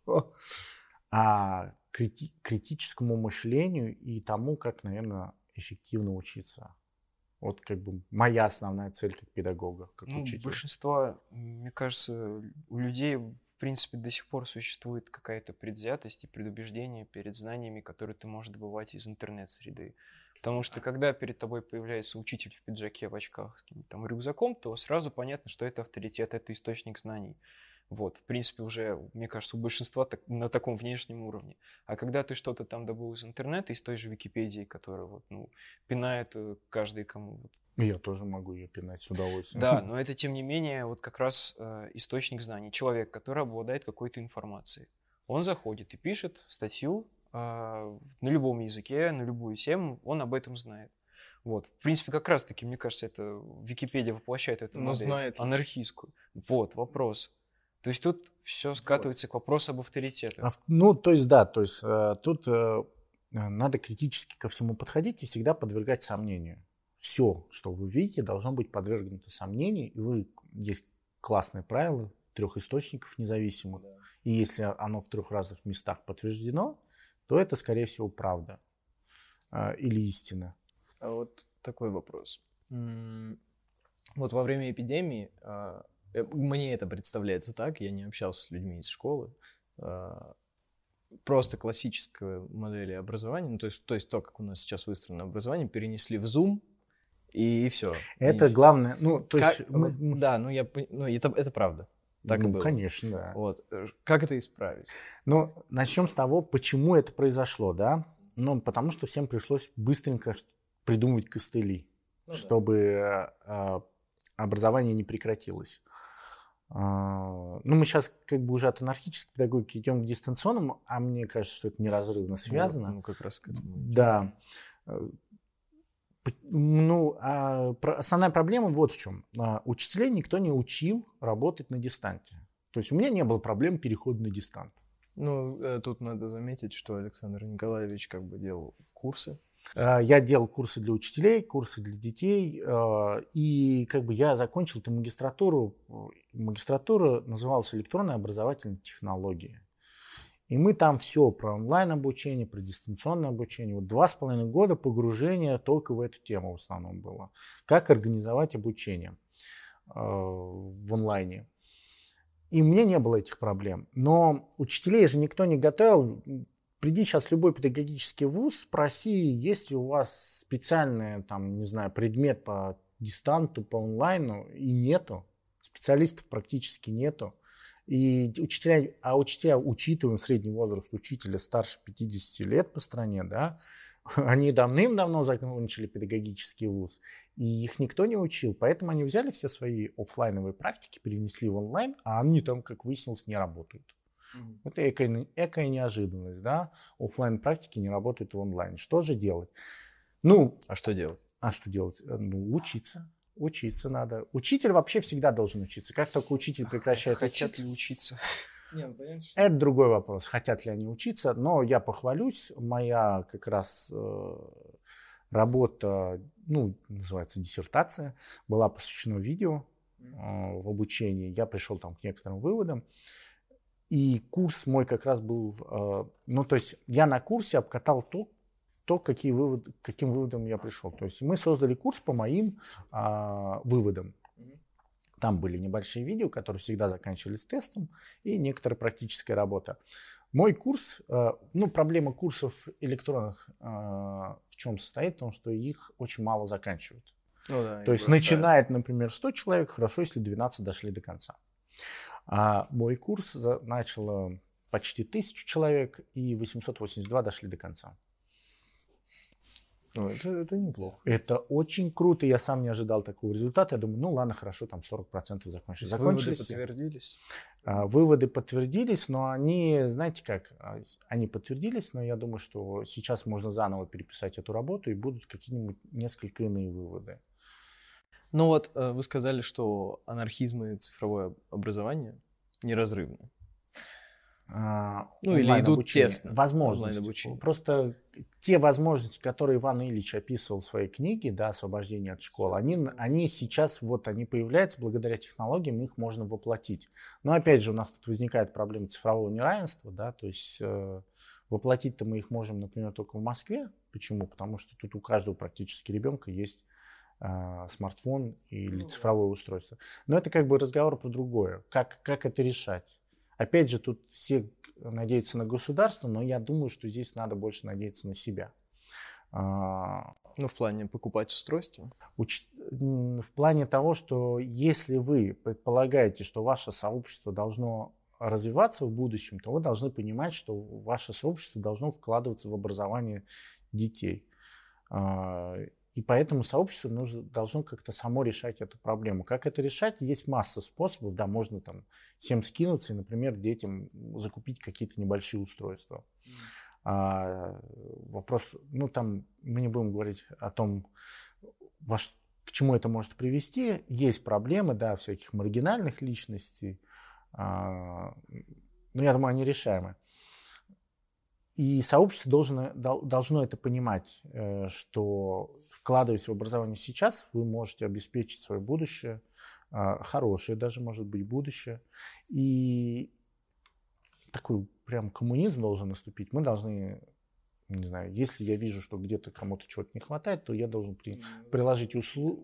а крити- критическому мышлению и тому, как, наверное, эффективно учиться. Вот как бы моя основная цель как педагога, как ну, учителя. Большинство, мне кажется, у людей, в принципе, до сих пор существует какая-то предвзятость и предубеждение перед знаниями, которые ты можешь добывать из интернет-среды. Потому что когда перед тобой появляется учитель в пиджаке, в очках, с каким-то там рюкзаком, то сразу понятно, что это авторитет, это источник знаний. Вот, в принципе, уже, мне кажется, у большинства так, на таком внешнем уровне. А когда ты что-то там добыл из интернета, из той же Википедии, которая вот, ну, пинает каждый кому. Я тоже могу ее пинать с удовольствием. Да, но это, тем не менее, вот как раз э, источник знаний. Человек, который обладает какой-то информацией. Он заходит и пишет статью э, на любом языке, на любую тему, он об этом знает. Вот, в принципе, как раз-таки, мне кажется, это Википедия воплощает эту модель знает. анархистскую. Вот, вопрос. То есть тут все скатывается вот. К вопросу об авторитете. А, ну, то есть, да, то есть э, тут э, надо критически ко всему подходить и всегда подвергать сомнению. Все, что вы видите, должно быть подвергнуто сомнению, и вы здесь классное правило трех источников независимых. Да. И если оно в трех разных местах подтверждено, то это, скорее всего, правда э, или истина. А вот такой вопрос. Вот во время эпидемии, э, мне это представляется так, я не общался с людьми из школы, э, просто классическую модель образования, ну, то есть, то есть то, как у нас сейчас выстроено образование, перенесли в Zoom, и, и все. Это и главное. Ну, то как, есть вот, мы... Да, ну, я, ну это, это правда. Так ну, и было. Конечно, да. Вот. Как это исправить? Ну, начнем с того, почему это произошло, да? Ну, потому что всем пришлось быстренько придумывать костыли, ну, чтобы да. образование не прекратилось. Ну, мы сейчас как бы уже от анархической педагогики идем к дистанционному, а мне кажется, что это неразрывно связано. Ну, ну как раз к этому. Да. Ну, а основная проблема вот в чем. Учителей никто не учил работать на дистанте. То есть у меня не было проблем перехода на дистант. Ну, тут надо заметить, что Александр Николаевич как бы делал курсы. Я делал курсы для учителей, курсы для детей, и как бы я закончил эту магистратуру. Магистратура называлась «Электронные образовательные технологии». И мы там все про онлайн-обучение, про дистанционное обучение. Вот два с половиной года погружения только в эту тему в основном было. Как организовать обучение в онлайне. И мне не было этих проблем. Но учителей же никто не готовил. Приди сейчас в любой педагогический вуз, спроси, есть ли у вас специальный, там, не знаю, предмет по дистанту, по онлайну, и нету. Специалистов практически нету. И учителя, а учителя, учитываем средний возраст учителя старше пятидесяти лет по стране, да, они давным-давно закончили педагогический вуз, и их никто не учил, поэтому они взяли все свои офлайновые практики, перенесли в онлайн, а они там, как выяснилось, не работают. Mm-hmm. Это экая, экая неожиданность, да, офлайн практики не работают в онлайн. Что же делать? Ну, а что делать? А что делать? Ну, учиться. Учиться надо. Учитель вообще всегда должен учиться. Как только учитель прекращает Хотят учиться... ли учиться? Не, понятно, что... Это другой вопрос. Хотят ли они учиться. Но я похвалюсь. Моя как раз э, работа, ну, называется диссертация, была посвящена видео э, в обучении. Я пришел там к некоторым выводам. И курс мой как раз был... Э, ну, то есть я на курсе обкатал то, то, какие выводы, к каким выводам я пришел. То есть мы создали курс по моим а, выводам. Там были небольшие видео, которые всегда заканчивались тестом, и некоторая практическая работа. Мой курс, а, ну, проблема курсов электронных а, в чем состоит? В том, что их очень мало заканчивают. Ну, да, то есть бросают. Начинает, например, сто человек, хорошо, если двенадцать дошли до конца. А мой курс за, начало почти тысячу человек, и восемьсот восемьдесят два дошли до конца. Ну, это, это неплохо. Это очень круто. Я сам не ожидал такого результата. Я думаю, ну ладно, хорошо, там сорок процентов закончились. Выводы подтвердились? А, выводы подтвердились, но они, знаете как, они подтвердились, но я думаю, что сейчас можно заново переписать эту работу, и будут какие-нибудь несколько иные выводы. Ну вот, вы сказали, что анархизм и цифровое образование неразрывны. А, ну или идут обучение. Тесно. Возможности. Просто те возможности, которые Иван Ильич описывал в своей книге, да, «Освобождение от школы», они, они сейчас вот они появляются, благодаря технологиям их можно воплотить. Но опять же у нас тут возникает проблема цифрового неравенства, да, то есть э, воплотить-то мы их можем, например, только в Москве. Почему? Потому что тут у каждого практически ребенка есть э, смартфон или цифровое устройство. Но это как бы разговор про другое. Как, как это решать? Опять же, тут все надеются на государство, но я думаю, что здесь надо больше надеяться на себя. Ну, в плане покупать устройство? Уч... В плане того, что если вы предполагаете, что ваше сообщество должно развиваться в будущем, то вы должны понимать, что ваше сообщество должно вкладываться в образование детей. И поэтому сообщество нужно, должно как-то само решать эту проблему. Как это решать? Есть масса способов. Да, можно там всем скинуться и, например, детям закупить какие-то небольшие устройства. Mm. А, вопрос, ну там мы не будем говорить о том, во, к чему это может привести. Есть проблемы, да, всяких маргинальных личностей. А, но я думаю, они решаемы. И сообщество должно, должно это понимать, что, вкладываясь в образование сейчас, вы можете обеспечить свое будущее хорошее даже, может быть, будущее. И такой прям коммунизм должен наступить. Мы должны, не знаю, если я вижу, что где-то кому-то чего-то не хватает, то я должен при, приложить, услу,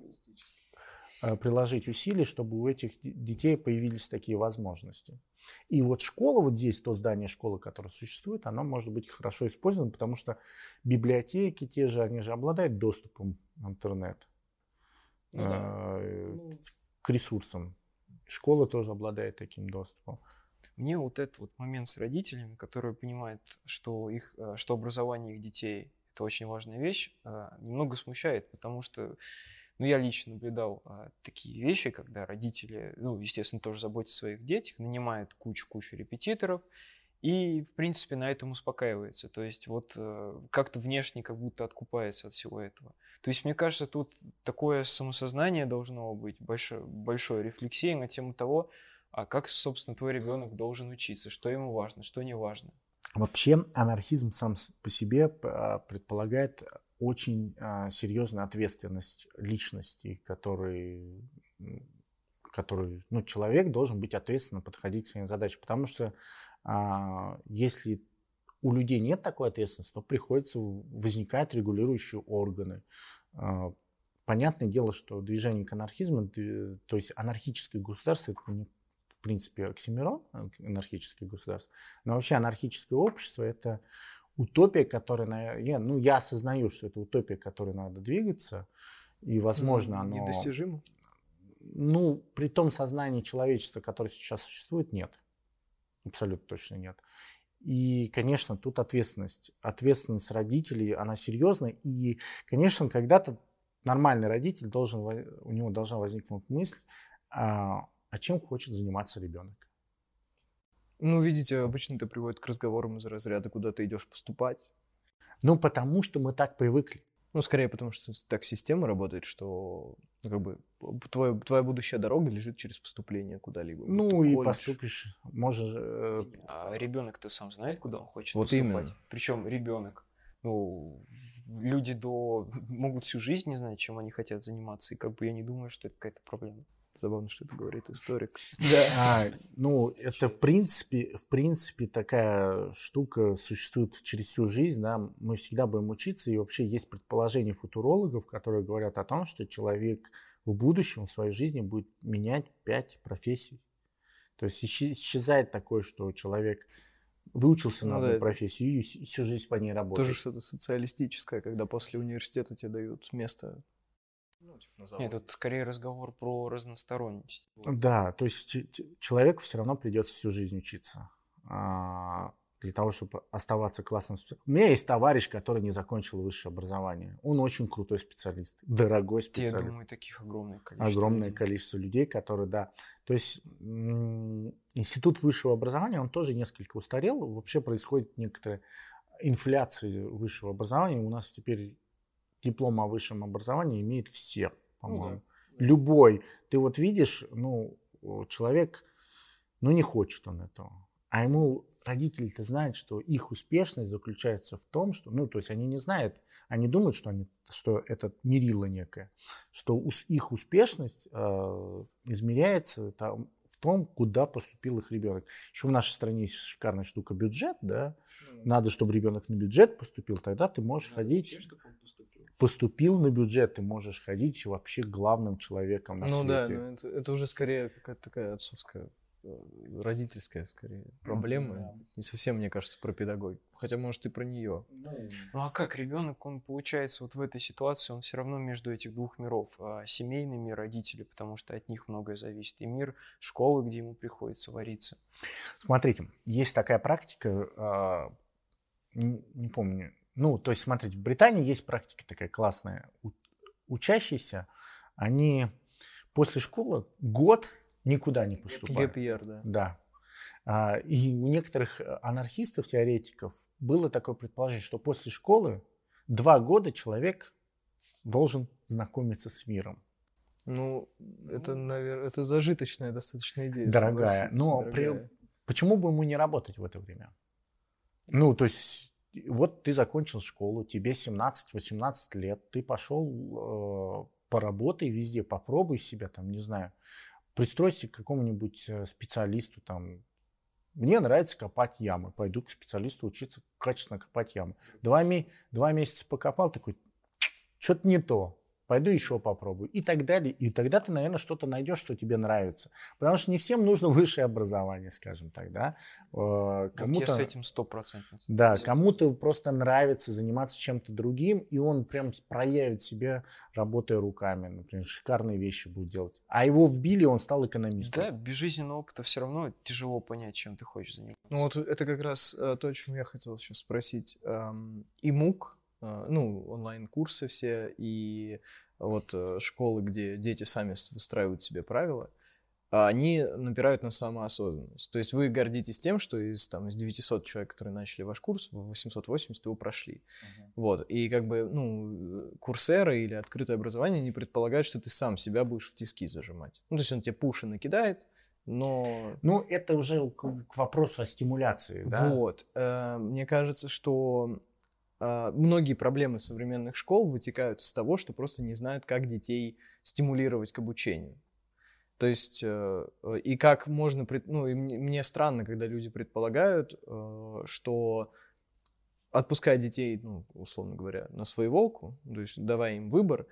приложить усилия, чтобы у этих детей появились такие возможности. И вот школа, вот здесь, то здание школы, которое существует, оно может быть хорошо использовано, потому что библиотеки те же, они же обладают доступом в интернет, ну, э, да. к ресурсам. Школа тоже обладает таким доступом. Мне вот этот вот момент с родителями, которые понимают, что, их, что образование их детей – это очень важная вещь, немного смущает, потому что ну, я лично наблюдал а, такие вещи, когда родители, ну, естественно, тоже заботятся о своих детях, нанимают кучу-кучу репетиторов и, в принципе, на этом успокаивается. То есть вот а, как-то внешне как будто откупается от всего этого. То есть, мне кажется, тут такое самосознание должно быть, большое, большое рефлексия на тему того, а как, собственно, твой ребенок должен учиться, что ему важно, что не важно. Вообще анархизм сам по себе предполагает очень а, серьезную ответственность личности, который, который, ну, человек должен быть ответственно подходить к своим задачам. Потому что а, если у людей нет такой ответственности, то приходится, возникают регулирующие органы. А, понятное дело, что движение к анархизму, то есть анархическое государство, это не, в принципе, оксимирон, анархическое государство, но вообще анархическое общество – это утопия, которая, я, ну, я осознаю, что это утопия, к которой надо двигаться, и, возможно, оно... Недостижимо? Ну, при том сознании человечества, которое сейчас существует, нет. Абсолютно точно нет. И, конечно, тут ответственность. Ответственность родителей, она серьезная. И, конечно, когда-то нормальный родитель, должен, у него должна возникнуть мысль, а, а чем хочет заниматься ребенок. Ну, видите, обычно это приводит к разговорам из разряда, куда ты идешь поступать. Ну, потому что мы так привыкли. Ну, скорее, потому что так система работает, что ну, как бы твоя, твоя будущая дорога лежит через поступление куда-либо. Ну, вот и колледж. Поступишь, можешь... Э... А ребенок-то сам знает, куда он хочет вот поступать. Именно. Причем ребенок, ну, люди до могут всю жизнь не знать, чем они хотят заниматься, и как бы я не думаю, что это какая-то проблема. Забавно, что это говорит историк. Да. А, ну, это в принципе, в принципе такая штука существует через всю жизнь. Да? Мы всегда будем учиться. И вообще есть предположения футурологов, которые говорят о том, что человек в будущем в своей жизни будет менять пять профессий. То есть исчезает такое, что человек выучился на ну, одну да, профессию и всю жизнь по ней работает. Тоже что-то социалистическое, когда после университета тебе дают место. Ну, типа Нет, тут скорее разговор про разносторонность. Да, то есть ч- человеку все равно придется всю жизнь учиться а, для того, чтобы оставаться классным специалистом. У меня есть товарищ, который не закончил высшее образование. Он очень крутой специалист, дорогой специалист. Я думаю, таких огромное количество. Огромное людей. количество людей, которые, да. То есть м- институт высшего образования, он тоже несколько устарел. Вообще происходит некоторая инфляция высшего образования. У нас теперь диплом о высшем образовании имеет все, по-моему. Ну, да. Любой. Ты вот видишь, ну, человек, ну, не хочет он этого. А ему родители-то знают, что их успешность заключается в том, что, ну, то есть они не знают, они думают, что, они, что это мерило некое, что их успешность э, измеряется там, в том, куда поступил их ребенок. Еще в нашей стране есть шикарная штука бюджет, да. Mm. Надо, чтобы ребенок на бюджет поступил, тогда ты можешь Надо ходить... Вообще, чтобы он поступил. Поступил на бюджет, ты можешь ходить вообще главным человеком на ну, свете. Да, ну да, это, это уже скорее какая-то такая отцовская, родительская скорее проблема. Mm-hmm. Не совсем, мне кажется, про педагогику. Хотя, может, и про нее. Mm-hmm. Ну а как ребенок, он получается вот в этой ситуации, он все равно между этих двух миров. А семейный мир родители, потому что от них многое зависит. И мир школы, где ему приходится вариться. Смотрите, есть такая практика, не, не помню. Ну, то есть, смотрите, в Британии есть практика такая классная. Учащиеся, они после школы год никуда не поступают. гэп иер, да. Да. И у некоторых анархистов, теоретиков было такое предположение, что после школы два года человек должен знакомиться с миром. Ну, это, наверное, это зажиточная достаточно идея. Дорогая. Но дорогая. При... почему бы ему не работать в это время? Ну, то есть... Вот ты закончил школу, тебе семнадцать-восемнадцать лет, ты пошел э, поработай везде, попробуй себя, там, не знаю, Пристройся к какому-нибудь специалисту, там, мне нравится копать ямы, пойду к специалисту учиться качественно копать ямы. Два, ми- два месяца покопал, такой, что-то не то. Пойду еще попробую. И так далее. И тогда ты, наверное, что-то найдешь, что тебе нравится. Потому что не всем нужно высшее образование, скажем так, да. Кому-то... Вот я с этим стопроцентно. Да, кому-то просто нравится заниматься чем-то другим, и он прям проявит себя, работая руками. Например, шикарные вещи будет делать. А его вбили, он стал экономистом. Да, без жизненного опыта все равно тяжело понять, чем ты хочешь заниматься. Ну вот это как раз то, о чем я хотел сейчас спросить. И МУК, ну, онлайн-курсы все, и вот школы, где дети сами выстраивают себе правила, они напирают на самоосознанность. То есть вы гордитесь тем, что из, там, из девятисот человек, которые начали ваш курс, восемьсот восемьдесят его прошли. Uh-huh. Вот. И как бы, ну, Курсера или открытое образование не предполагает, что ты сам себя будешь в тиски зажимать. Ну, то есть он тебе пуши накидает, но... Ну, это уже к, к вопросу о стимуляции, да? Вот. Мне кажется, что многие проблемы современных школ вытекают из того, что просто не знают, как детей стимулировать к обучению. То есть, и как можно... Ну, и мне странно, когда люди предполагают, что, отпуская детей, ну, условно говоря, на своеволку, то есть давая им выбор,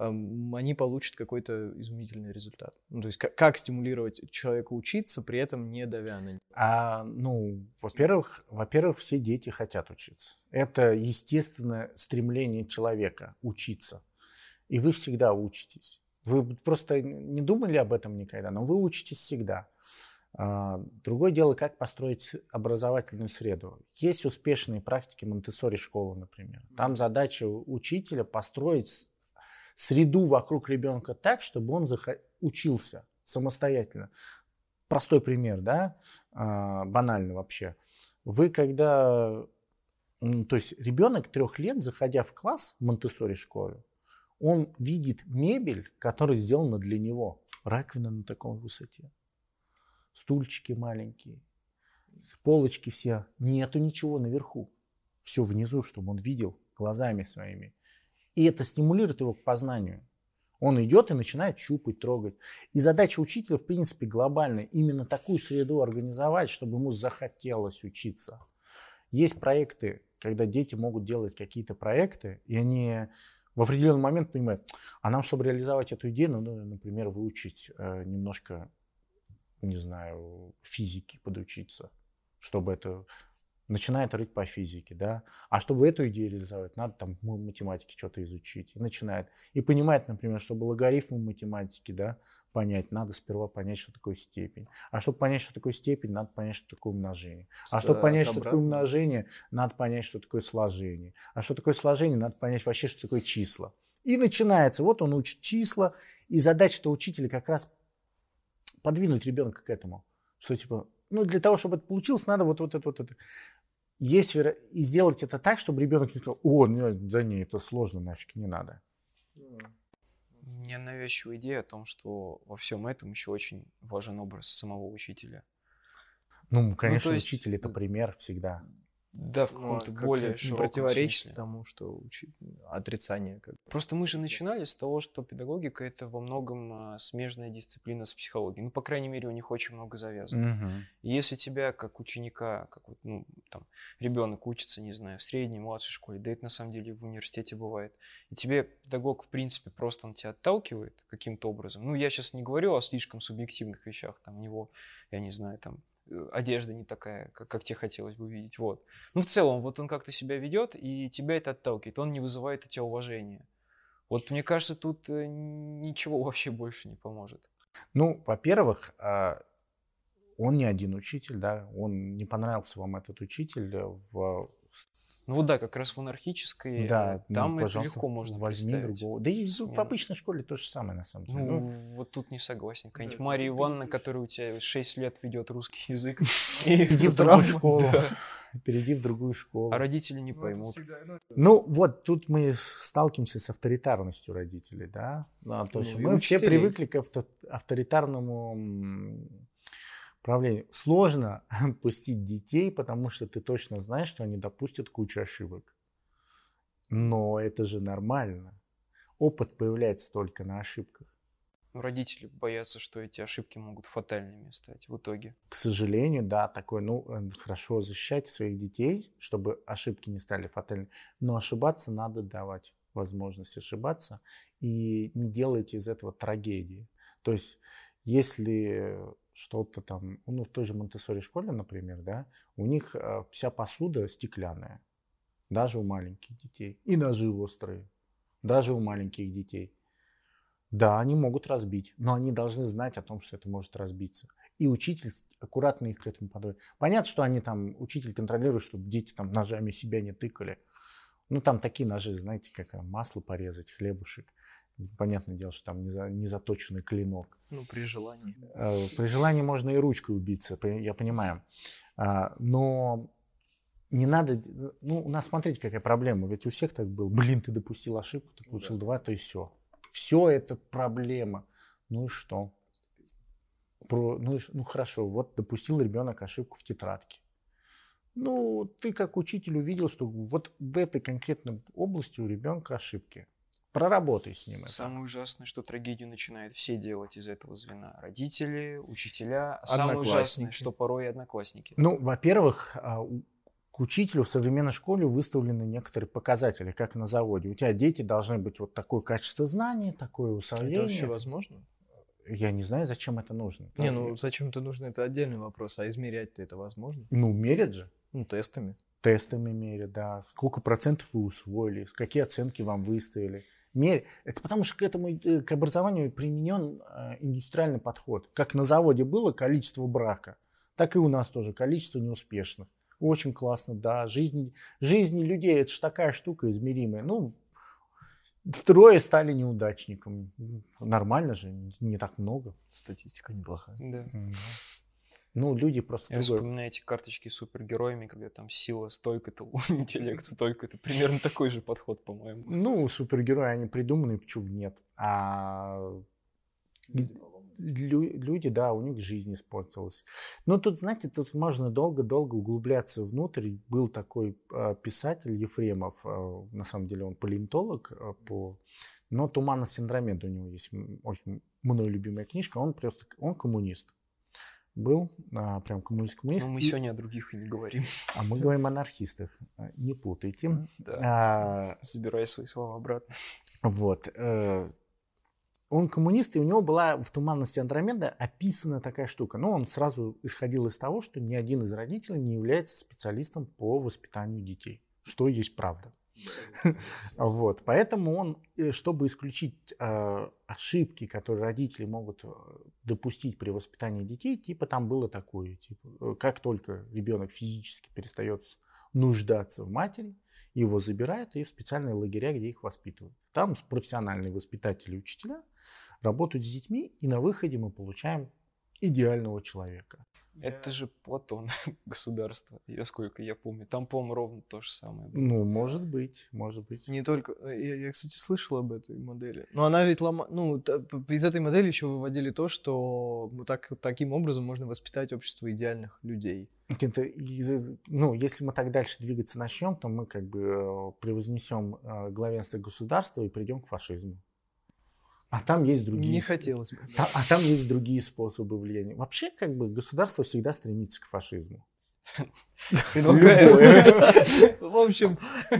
они получат какой-то изумительный результат. Ну, то есть как, как стимулировать человека учиться, при этом не давя на него? А, ну, во-первых, во-первых, все дети хотят учиться. Это естественное стремление человека учиться. И вы всегда учитесь. Вы просто не думали об этом никогда, но вы учитесь всегда. А, другое дело, как построить образовательную среду. Есть успешные практики Монтессори школы, например. Там задача учителя построить среду вокруг ребенка так, чтобы он зах... учился самостоятельно. Простой пример, да, а, банально вообще. Вы когда, то есть ребенок трех лет, заходя в класс в Монтессори школе, он видит мебель, которая сделана для него. Раковина на такой высоте, стульчики маленькие, полочки все. Нету ничего наверху. Все внизу, чтобы он видел глазами своими. И это стимулирует его к познанию. Он идет и начинает щупать, трогать. И задача учителя, в принципе, глобальная. Именно такую среду организовать, чтобы ему захотелось учиться. Есть проекты, когда дети могут делать какие-то проекты, и они в определенный момент понимают, а нам, чтобы реализовать эту идею, надо, например, выучить э, немножко, не знаю, физики подучиться, чтобы это... Начинает рыть по физике, да. А чтобы эту идею реализовать, надо там математики что-то изучить. И начинает. И понимает, например, чтобы логарифмы математики, да, понять, надо сперва понять, что такое степень. А чтобы понять, что такое степень, надо понять, что такое умножение. А чтобы понять, что такое умножение, надо понять, что такое сложение. А что такое сложение, надо понять вообще, что такое числа. И начинается. Вот он учит числа. И задача-то учителя как раз подвинуть ребенка к этому. Что типа, ну, для того, чтобы это получилось, надо вот, вот это, вот это. Есть веро... И сделать это так, чтобы ребенок не сказал, о, да не, это сложно, нафиг, не надо. У меня навязчивая идея о том, что во всем этом еще очень важен образ самого учителя. Ну, конечно, ну, есть... учитель — это пример всегда. Да, в каком-то ну, более широком противоречит тому, что учить отрицание. Как... Просто мы же начинали с того, что педагогика — это во многом смежная дисциплина с психологией. Ну, по крайней мере, у них очень много завязано. Угу. И если тебя, как ученика, как вот, ну, там, ребенок учится, не знаю, в средней, младшей школе, да это на самом деле в университете бывает, и тебе педагог, в принципе, просто он тебя отталкивает каким-то образом. Ну, я сейчас не говорю о слишком субъективных вещах, там, у него, я не знаю, там, одежда не такая, как, как тебе хотелось бы видеть, вот. Ну, в целом, вот он как-то себя ведет, и тебя это отталкивает, он не вызывает у тебя уважения. Вот, мне кажется, тут ничего вообще больше не поможет. Ну, во-первых, он не один учитель, да, он не понравился вам этот учитель в... Ну да, как раз в анархической, да, там ну, это легко можно возьми представить. другого. Да и в обычной школе то же самое, на самом деле. Ну, ну вот тут не согласен. Какая-нибудь да, Мария Ивановна, которая у тебя шесть лет ведет русский язык. Иди в другую школу. Перейди в другую школу. А родители не поймут. Ну, вот тут мы сталкиваемся с авторитарностью родителей, да. То есть мы все привыкли к авторитарному... Управление. Сложно отпустить детей, потому что ты точно знаешь, что они допустят кучу ошибок. Но это же нормально. Опыт появляется только на ошибках. Родители боятся, что эти ошибки могут фатальными стать в итоге. К сожалению, да, такое, ну, хорошо защищать своих детей, чтобы ошибки не стали фатальными, но ошибаться надо давать возможность ошибаться и не делайте из этого трагедии. То есть, если что-то там, ну, в той же Монтессори школе, например, да, у них вся посуда стеклянная, даже у маленьких детей, и ножи острые, даже у маленьких детей. Да, они могут разбить, но они должны знать о том, что это может разбиться. И учитель аккуратно их к этому подводит. Понятно, что они там, учитель контролирует, чтобы дети там ножами себя не тыкали. Ну, там такие ножи, знаете, как масло порезать, хлебушек. Понятное дело, что там незаточенный клинок. Ну, при желании. При желании можно и ручкой убиться, я понимаю. Но не надо... Ну, у нас, смотрите, какая проблема. Ведь у всех так было. Блин, ты допустил ошибку, ты получил два, то и все. Все это проблема. Ну и что? Про, ну, и, ну хорошо, вот допустил ребенок ошибку в тетрадке. Ну, ты как учитель увидел, что вот в этой конкретной области у ребенка ошибки. Проработай с ним это. Самое ужасное, что трагедию начинают все делать из этого звена. Родители, учителя. Самое ужасное, что порой и одноклассники. Ну, во-первых, к учителю в современной школе выставлены некоторые показатели, как на заводе. У тебя дети должны быть вот такое качество знаний, такое усвоение. Это вообще возможно? Я не знаю, зачем это нужно. Не, ну зачем это нужно, это отдельный вопрос. А измерять-то это возможно? Ну, мерят же. Ну, тестами. Тестами мерят, да. Сколько процентов вы усвоили, какие оценки вам выставили. Мерь. Это потому что к этому, к образованию применен индустриальный подход. Как на заводе было количество брака, так и у нас тоже количество неуспешных. Очень классно, да. Жизнь, жизни людей, это же такая штука измеримая. Ну, трое стали неудачником. Нормально же, не так много. Статистика неплохая. Да. Ну, люди просто... Я другой... вспоминаю эти карточки с супергероями, когда там сила столько-то, интеллект столько-то. Примерно такой же подход, по-моему. Ну, супергерои, они придуманы, почему нет. А люди, да, у них жизнь испортилась. Но тут, знаете, тут можно долго-долго углубляться внутрь. Был такой писатель Ефремов, на самом деле он палеонтолог, по... но «Туманность Андромеды» у него есть очень мной любимая книжка. Он просто, он коммунист. Был, а, прям коммунист-коммунист. Но мы и... сегодня о других и не говорим. А мы говорим о анархистах. Не путайте. Да. А... Забирай свои слова обратно. Вот. Он коммунист, и у него была в «Туманности Андромеды» описана такая штука. Но он сразу исходил из того, что ни один из родителей не является специалистом по воспитанию детей. Что есть правда. Вот. Поэтому он, чтобы исключить э, ошибки, которые родители могут допустить при воспитании детей, типа там было такое, типа, как только ребенок физически перестает нуждаться в матери, его забирают и в специальные лагеря, где их воспитывают. Там профессиональные воспитатели и учителя работают с детьми, и на выходе мы получаем идеального человека. Это же Платон, государство, насколько я помню. Там, по-моему, ровно то же самое было. Ну, может быть, может быть. Не только... Я, я кстати, слышал об этой модели. Но она ведь лома... Ну, из этой модели еще выводили то, что так, таким образом можно воспитать общество идеальных людей. Это, ну, если мы так дальше двигаться начнем, то мы как бы превознесем главенство государства и придем к фашизму. А там есть другие... Не хотелось бы. А, а там есть другие способы влияния. Вообще, как бы, государство всегда стремится к фашизму. В общем...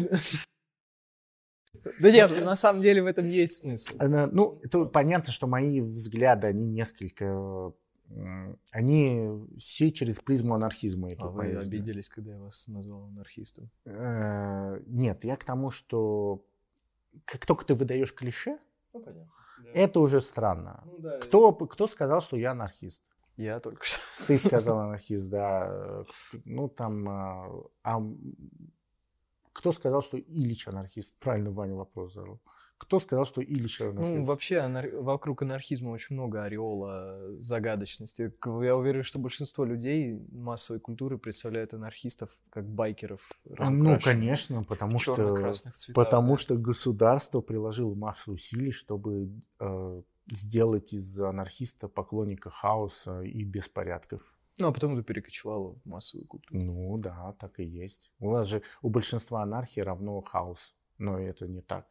Да нет, на самом деле в этом есть смысл. Ну, это понятно, что мои взгляды, они несколько... Они все через призму анархизма. А вы обиделись, когда я вас назвал анархистом? Нет, я к тому, что как только ты выдаешь клише, ну, понятно. Да. Это уже странно. Ну, да, кто, кто сказал, что я анархист? Я только что. Ты сказал анархист, да. Ну, там... А кто сказал, что Ильич анархист? Правильно Ваня вопрос задал. Кто сказал, что Ильич анархист? Ну, вообще анар... вокруг анархизма очень много ореола загадочности. Я уверен, что большинство людей массовой культуры представляют анархистов как байкеров. Ну, конечно, потому, что, цветах, потому да. что государство приложило массу усилий, чтобы э, сделать из анархиста поклонника хаоса и беспорядков. Ну, а потом это перекочевало в массовую культуру. Ну, да, так и есть. У нас же у большинства анархии равно хаос, но это не так.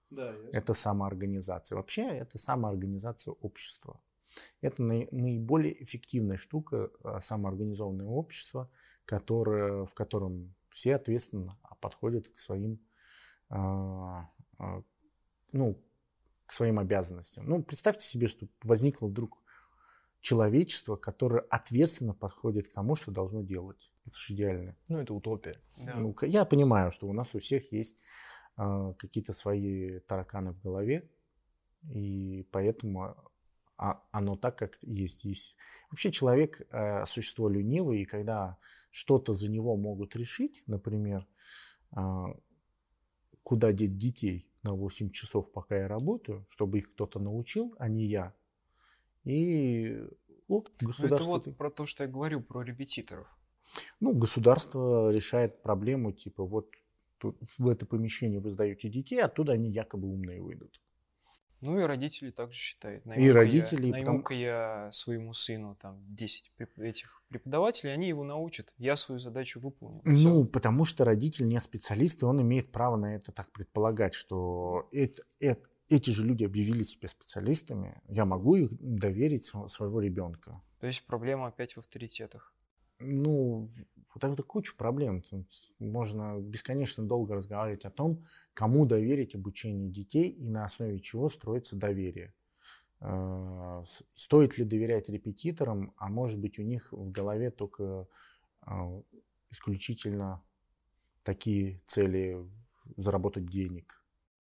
Да, ясно. Это самоорганизация. Вообще это самоорганизация общества. Это наи- наиболее эффективная штука, а, самоорганизованное общество, которое, в котором все ответственно подходят к своим, а, а, ну, к своим обязанностям. Ну, представьте себе, что возникло вдруг человечество, которое ответственно подходит к тому, что должно делать. Это же идеально. Ну, это утопия. Да. Ну, к- я понимаю, что у нас у всех есть а, какие-то свои тараканы в голове, и поэтому а, оно так, как есть. есть. Вообще человек а, существо ленивое, и когда что-то за него могут решить, например, а, куда деть детей на восемь часов, пока я работаю, чтобы их кто-то научил, а не я. И о, Ну, это государство, вот про то, что я говорю, про репетиторов. ну, государство решает проблему, типа вот тут, в это помещение вы сдаете детей, оттуда они якобы умные выйдут. Ну и родители также считают. И родители, Я, потому- найму-ка я своему сыну там десять преп- этих преподавателей, они его научат. Я свою задачу выполнил. Ну, Всё. потому что родитель не специалист, и он имеет право на это так предполагать, что это, это- эти же люди объявили себя специалистами, я могу их доверить сво- своего ребенка. То есть проблема опять в авторитетах. Ну, вот это куча проблем. Тут можно бесконечно долго разговаривать о том, кому доверить обучение детей и на основе чего строится доверие. Э, с- Стоит ли доверять репетиторам, а может быть у них в голове только э, исключительно такие цели заработать денег.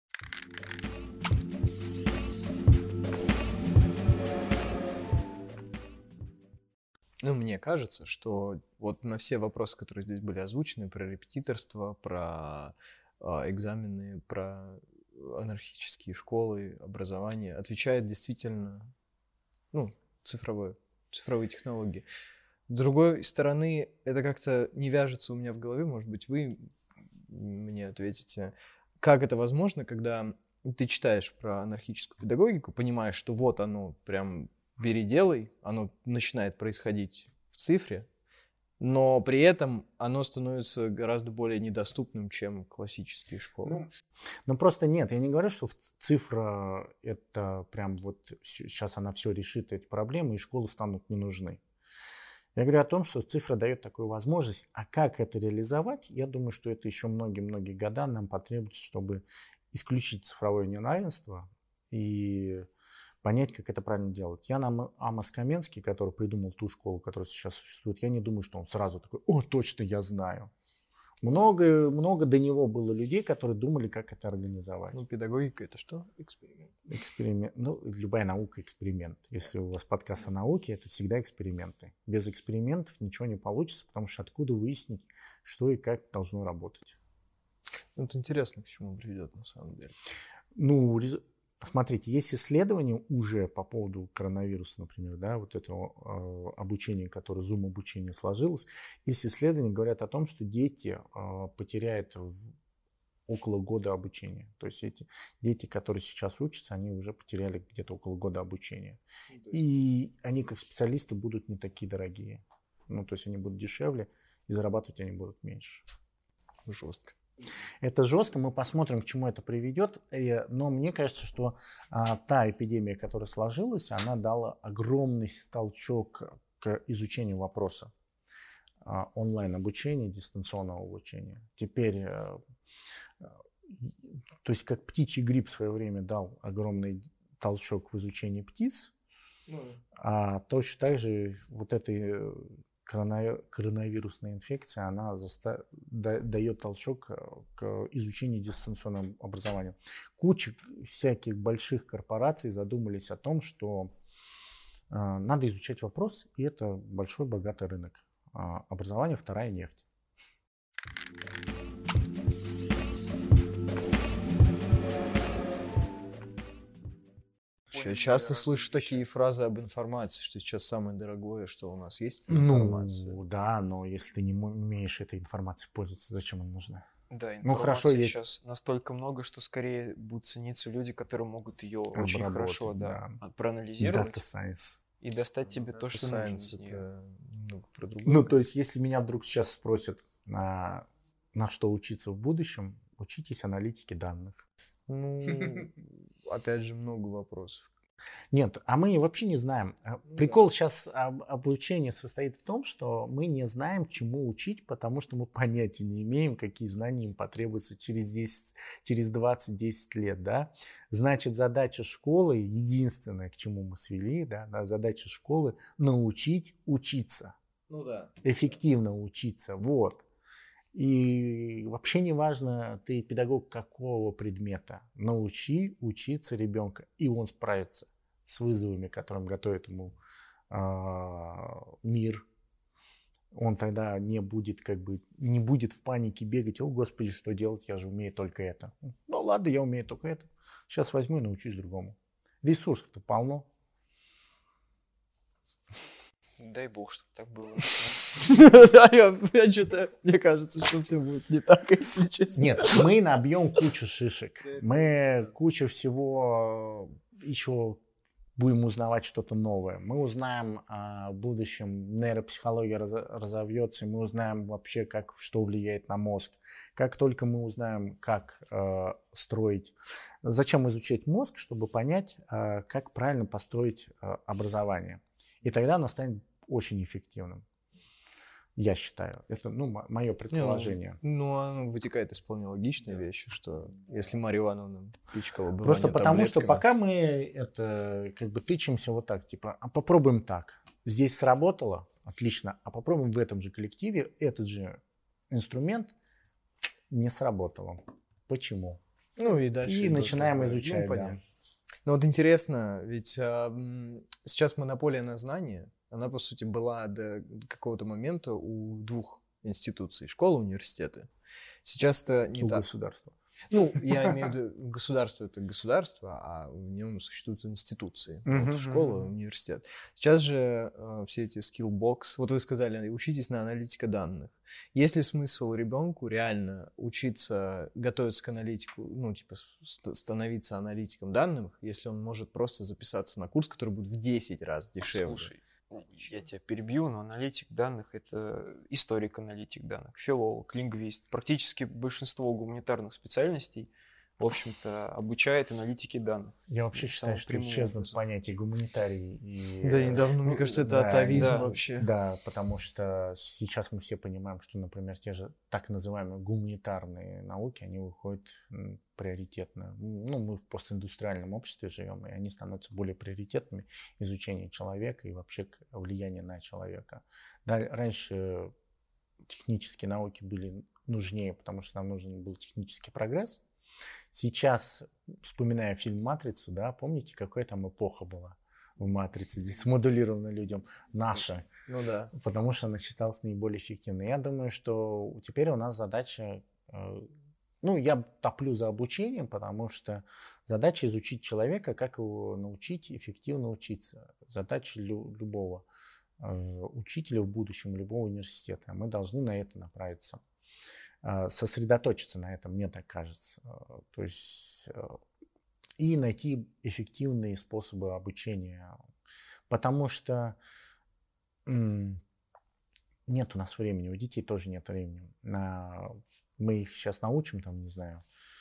Ну, мне кажется, что вот на все вопросы, которые здесь были озвучены, про репетиторство, про а, экзамены, про анархические школы, образование, отвечает действительно, ну, цифровое, цифровые технологии. С другой стороны, это как-то не вяжется у меня в голове, может быть, вы мне ответите, как это возможно, когда ты читаешь про анархическую педагогику, понимаешь, что вот оно прям бери делай, оно начинает происходить в цифре, но при этом оно становится гораздо более недоступным, чем классические школы. Ну, ну просто нет, я не говорю, что цифра это прям вот сейчас она все решит эти проблемы и школы станут не нужны. Я говорю о том, что цифра дает такую возможность, а как это реализовать, я думаю, что это еще многие-многие года нам потребуется, чтобы исключить цифровое неравенство и понять, как это правильно делать. Я на Амос Каменский, который придумал ту школу, которая сейчас существует, я не думаю, что он сразу такой, о, точно, я знаю. Много, много до него было людей, которые думали, как это организовать. Ну, педагогика — это что? Эксперимент. Эксперимент. Ну, любая наука — эксперимент. Если у вас подкаст о науке, это всегда эксперименты. Без экспериментов ничего не получится, потому что откуда выяснить, что и как должно работать. Ну, это интересно, к чему приведет на самом деле. Ну, рез... смотрите, есть исследования уже по поводу коронавируса, например, да, вот этого э, обучения, которое Zoom-обучение сложилось. Есть исследования, говорят о том, что дети э, потеряют в... около года обучения. То есть эти дети, которые сейчас учатся, они уже потеряли где-то около года обучения. И они как специалисты будут не такие дорогие. Ну, то есть они будут дешевле, и зарабатывать они будут меньше. Жестко. Это жестко, мы посмотрим, к чему это приведет. Но мне кажется, что а, та эпидемия, которая сложилась, она дала огромный толчок к изучению вопроса а, онлайн-обучения, дистанционного обучения. Теперь, а, то есть как птичий грипп в свое время дал огромный толчок в изучении птиц, mm. а точно так же вот этой коронавирусная инфекция, она заста... да, дает толчок к изучению дистанционного образования. Куча всяких больших корпораций задумались о том, что э, надо изучать вопрос, и это большой богатый рынок. Э, образование — вторая нефть. Я часто слышу такие фразы об информации, что сейчас самое дорогое, что у нас есть, информация. Ну, да, но если ты не умеешь этой информацией пользоваться, зачем она нужна? Да, информации ну, хорошо, сейчас есть... настолько много, что скорее будут цениться люди, которые могут ее очень хорошо да, да. проанализировать. Data science. И достать тебе Data то, что science нужно. Это немного про другое. Ну, то есть, если меня вдруг сейчас спросят, на, на что учиться в будущем, учитесь аналитике данных. Ну, опять же, много вопросов. Нет, а мы вообще не знаем. Прикол сейчас об, обучения состоит в том, что мы не знаем, чему учить, потому что мы понятия не имеем, какие знания им потребуются через десять, через двадцать-десять лет, да. Значит, задача школы, единственное, к чему мы свели, да, да, задача школы научить учиться. Ну да. Эффективно учиться, вот. И вообще не важно, ты педагог какого предмета. Научи учиться ребенка, и он справится с вызовами, которым готовит ему э, мир. Он тогда не будет, как бы, не будет в панике бегать: о, Господи, что делать, я же умею только это. Ну ладно, я умею только это. Сейчас возьму и научусь другому. Ресурсов-то полно. Дай бог, чтобы так было. Да, я что-то, мне кажется, что все будет не так, если честно. Нет, мы набьем кучу шишек. Мы кучу всего еще будем узнавать что-то новое. Мы узнаем о будущем, нейропсихология разовьется, и мы узнаем вообще, как, что влияет на мозг. Как только мы узнаем, как э, строить, зачем изучать мозг, чтобы понять, э, как правильно построить э, образование. И тогда оно станет очень эффективным. Я считаю. Это, ну, мое предположение. Ну, ну, оно вытекает из вполне логичной вещи, что если Марья Ивановна пичкала бы Просто Ваню потому, что таблетками... пока мы это, как бы тычемся вот так, типа, а попробуем так. Здесь сработало, отлично, а попробуем в этом же коллективе этот же инструмент, не сработало. Почему? Ну и дальше... И начинаем другое. изучать, ну, да. Ну вот интересно, ведь а, сейчас монополия на знания, она, по сути, была до какого-то момента у двух институций: школы, университеты. Сейчас-то не У так. государства. Ну, я имею в виду, государство — это государство, а в нем существуют институции. Uh-huh, вот, школа, uh-huh. университет. Сейчас же э, все эти skillbox, вот вы сказали, учитесь на аналитика данных. Есть ли смысл ребенку реально учиться, готовиться к аналитику, ну, типа, становиться аналитиком данных, если он может просто записаться на курс, который будет в десять раз дешевле? Слушай, я тебя перебью, но аналитик данных — это историк-аналитик данных, филолог, лингвист. Практически большинство гуманитарных специальностей, в общем-то, обучает аналитике данных. Я вообще считаю, что исчезнут понятия гуманитарий. И, да, недавно, мне кажется, это да, атовизм да, вообще. Да, потому что сейчас мы все понимаем, что, например, те же так называемые гуманитарные науки, они выходят приоритетно. Ну, мы в постиндустриальном обществе живем, и они становятся более приоритетными. Изучение человека и вообще влияние на человека. Да, раньше технические науки были нужнее, потому что нам нужен был технический прогресс. Сейчас, вспоминая фильм «Матрицу», да, помните, какая там эпоха была в «Матрице», здесь смодулирована людям наша, ну, да. потому что она считалась наиболее эффективной. Я думаю, что теперь у нас задача, ну, я топлю за обучением, потому что задача изучить человека, как его научить эффективно учиться. Задача лю- любого учителя в будущем, любого университета. Мы должны на это направиться. Сосредоточиться на этом, мне так кажется. То есть и найти эффективные способы обучения. Потому что м- нет у нас времени, у детей тоже нет времени. На, мы их сейчас научим, там, не знаю,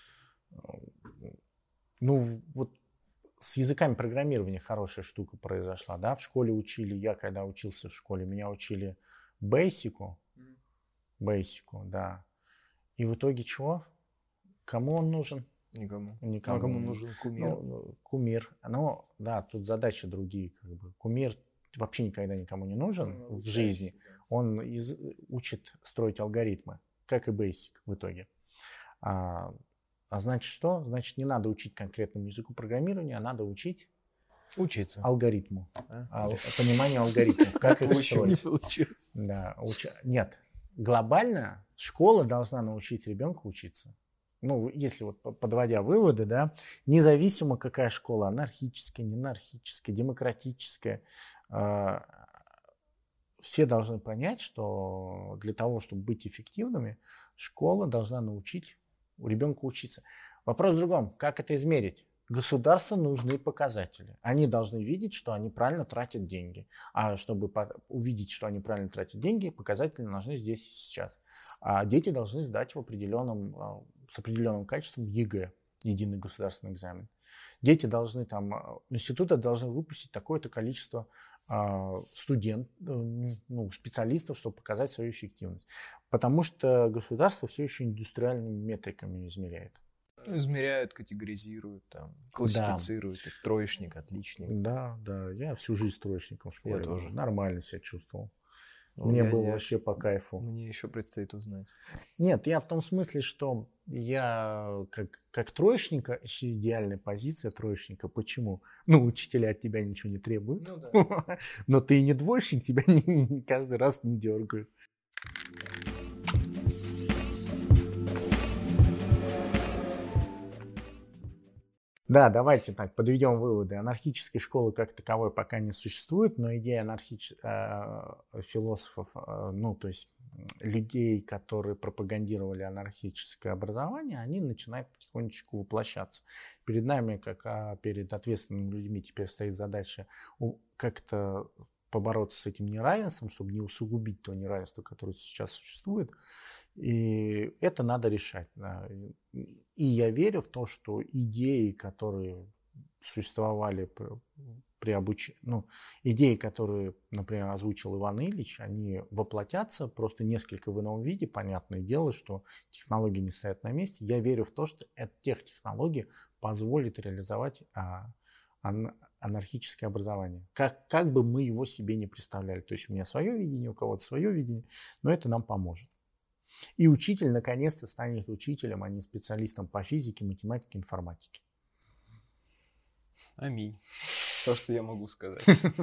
ну вот с языками программирования хорошая штука произошла, да, в школе учили, я когда учился в школе, меня учили бейсику, бейсику, да. И в итоге чего? Кому он нужен? Никому. Никому. А кому нужен кумир? Ну, кумир. Ну, да, тут задачи другие. Как бы. Кумир вообще никогда никому не нужен ну, в жизни. Он из, учит строить алгоритмы, как и Basic в итоге. А, а значит что? Значит, не надо учить конкретному языку программирования, а надо учить учиться алгоритму. А? А, пониманию алгоритмов, как их строить. Да, уч... Нет. Глобально школа должна научить ребенка учиться. Ну, если вот подводя выводы, да, независимо какая школа, анархическая, неанархическая, демократическая, э, все должны понять, что для того, чтобы быть эффективными, школа должна научить ребенка учиться. Вопрос в другом, как это измерить? Государству нужны показатели. Они должны видеть, что они правильно тратят деньги. А чтобы увидеть, что они правильно тратят деньги, показатели нужны здесь и сейчас. А дети должны сдать в определенном, с определенным качеством ЕГЭ. единый государственный экзамен. Дети должны там, институты должны выпустить такое-то количество студентов, ну, специалистов, чтобы показать свою эффективность. Потому что государство все еще индустриальными метриками измеряет. Измеряют, категоризируют, там, классифицируют. Да. Троечник, отличник. Да, да. Я всю жизнь троечником в школе. Я тоже. Нормально себя чувствовал. Ну, мне я, было я, вообще по кайфу. Мне еще предстоит узнать. Нет, я в том смысле, что я как, как троечника, еще идеальная позиция троечника. Почему? Ну, учителя от тебя ничего не требуют. Ну, да. Но ты не двоечник, тебя не, каждый раз не дергают. Да, давайте так, подведем выводы. Анархической школы как таковой пока не существует, но идея анархич... э, философов, э, ну, то есть людей, которые пропагандировали анархическое образование, они начинают потихонечку воплощаться. Перед нами, как а, перед ответственными людьми, теперь стоит задача как-то побороться с этим неравенством, чтобы не усугубить то неравенство, которое сейчас существует. И это надо решать. Да. И я верю в то, что идеи, которые существовали при обучении, ну, идеи, которые, например, озвучил Иван Ильич, они воплотятся просто несколько в ином виде. Понятное дело, что технологии не стоят на месте. Я верю в то, что эта технология позволит реализовать а, ан, анархическое образование. Как, как бы мы его себе не представляли. То есть у меня свое видение, у кого-то свое видение, но это нам поможет. И учитель наконец-то станет учителем, а не специалистом по физике, математике, информатике. Аминь. То, что я могу сказать.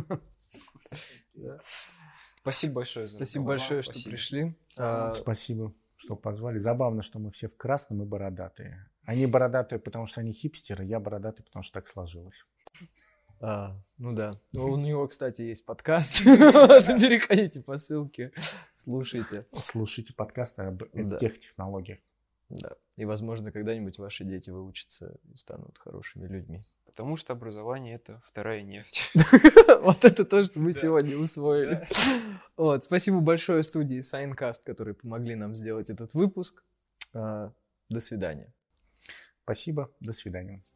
Спасибо большое. Спасибо большое, что пришли. Спасибо, что позвали. Забавно, что мы все в красном и бородатые. Они бородатые, потому что они хипстеры, я бородатый, потому что так сложилось. А, ну да. Ну, у него, кстати, есть подкаст. Переходите по ссылке, слушайте. Слушайте подкасты об да. тех технологиях. Да. И, возможно, когда-нибудь ваши дети выучатся и станут хорошими людьми. Потому что образование — это вторая нефть. Вот это то, что мы сегодня усвоили. Вот. Спасибо большое студии Сайнкаст, которые помогли нам сделать этот выпуск. До свидания. Спасибо. До свидания.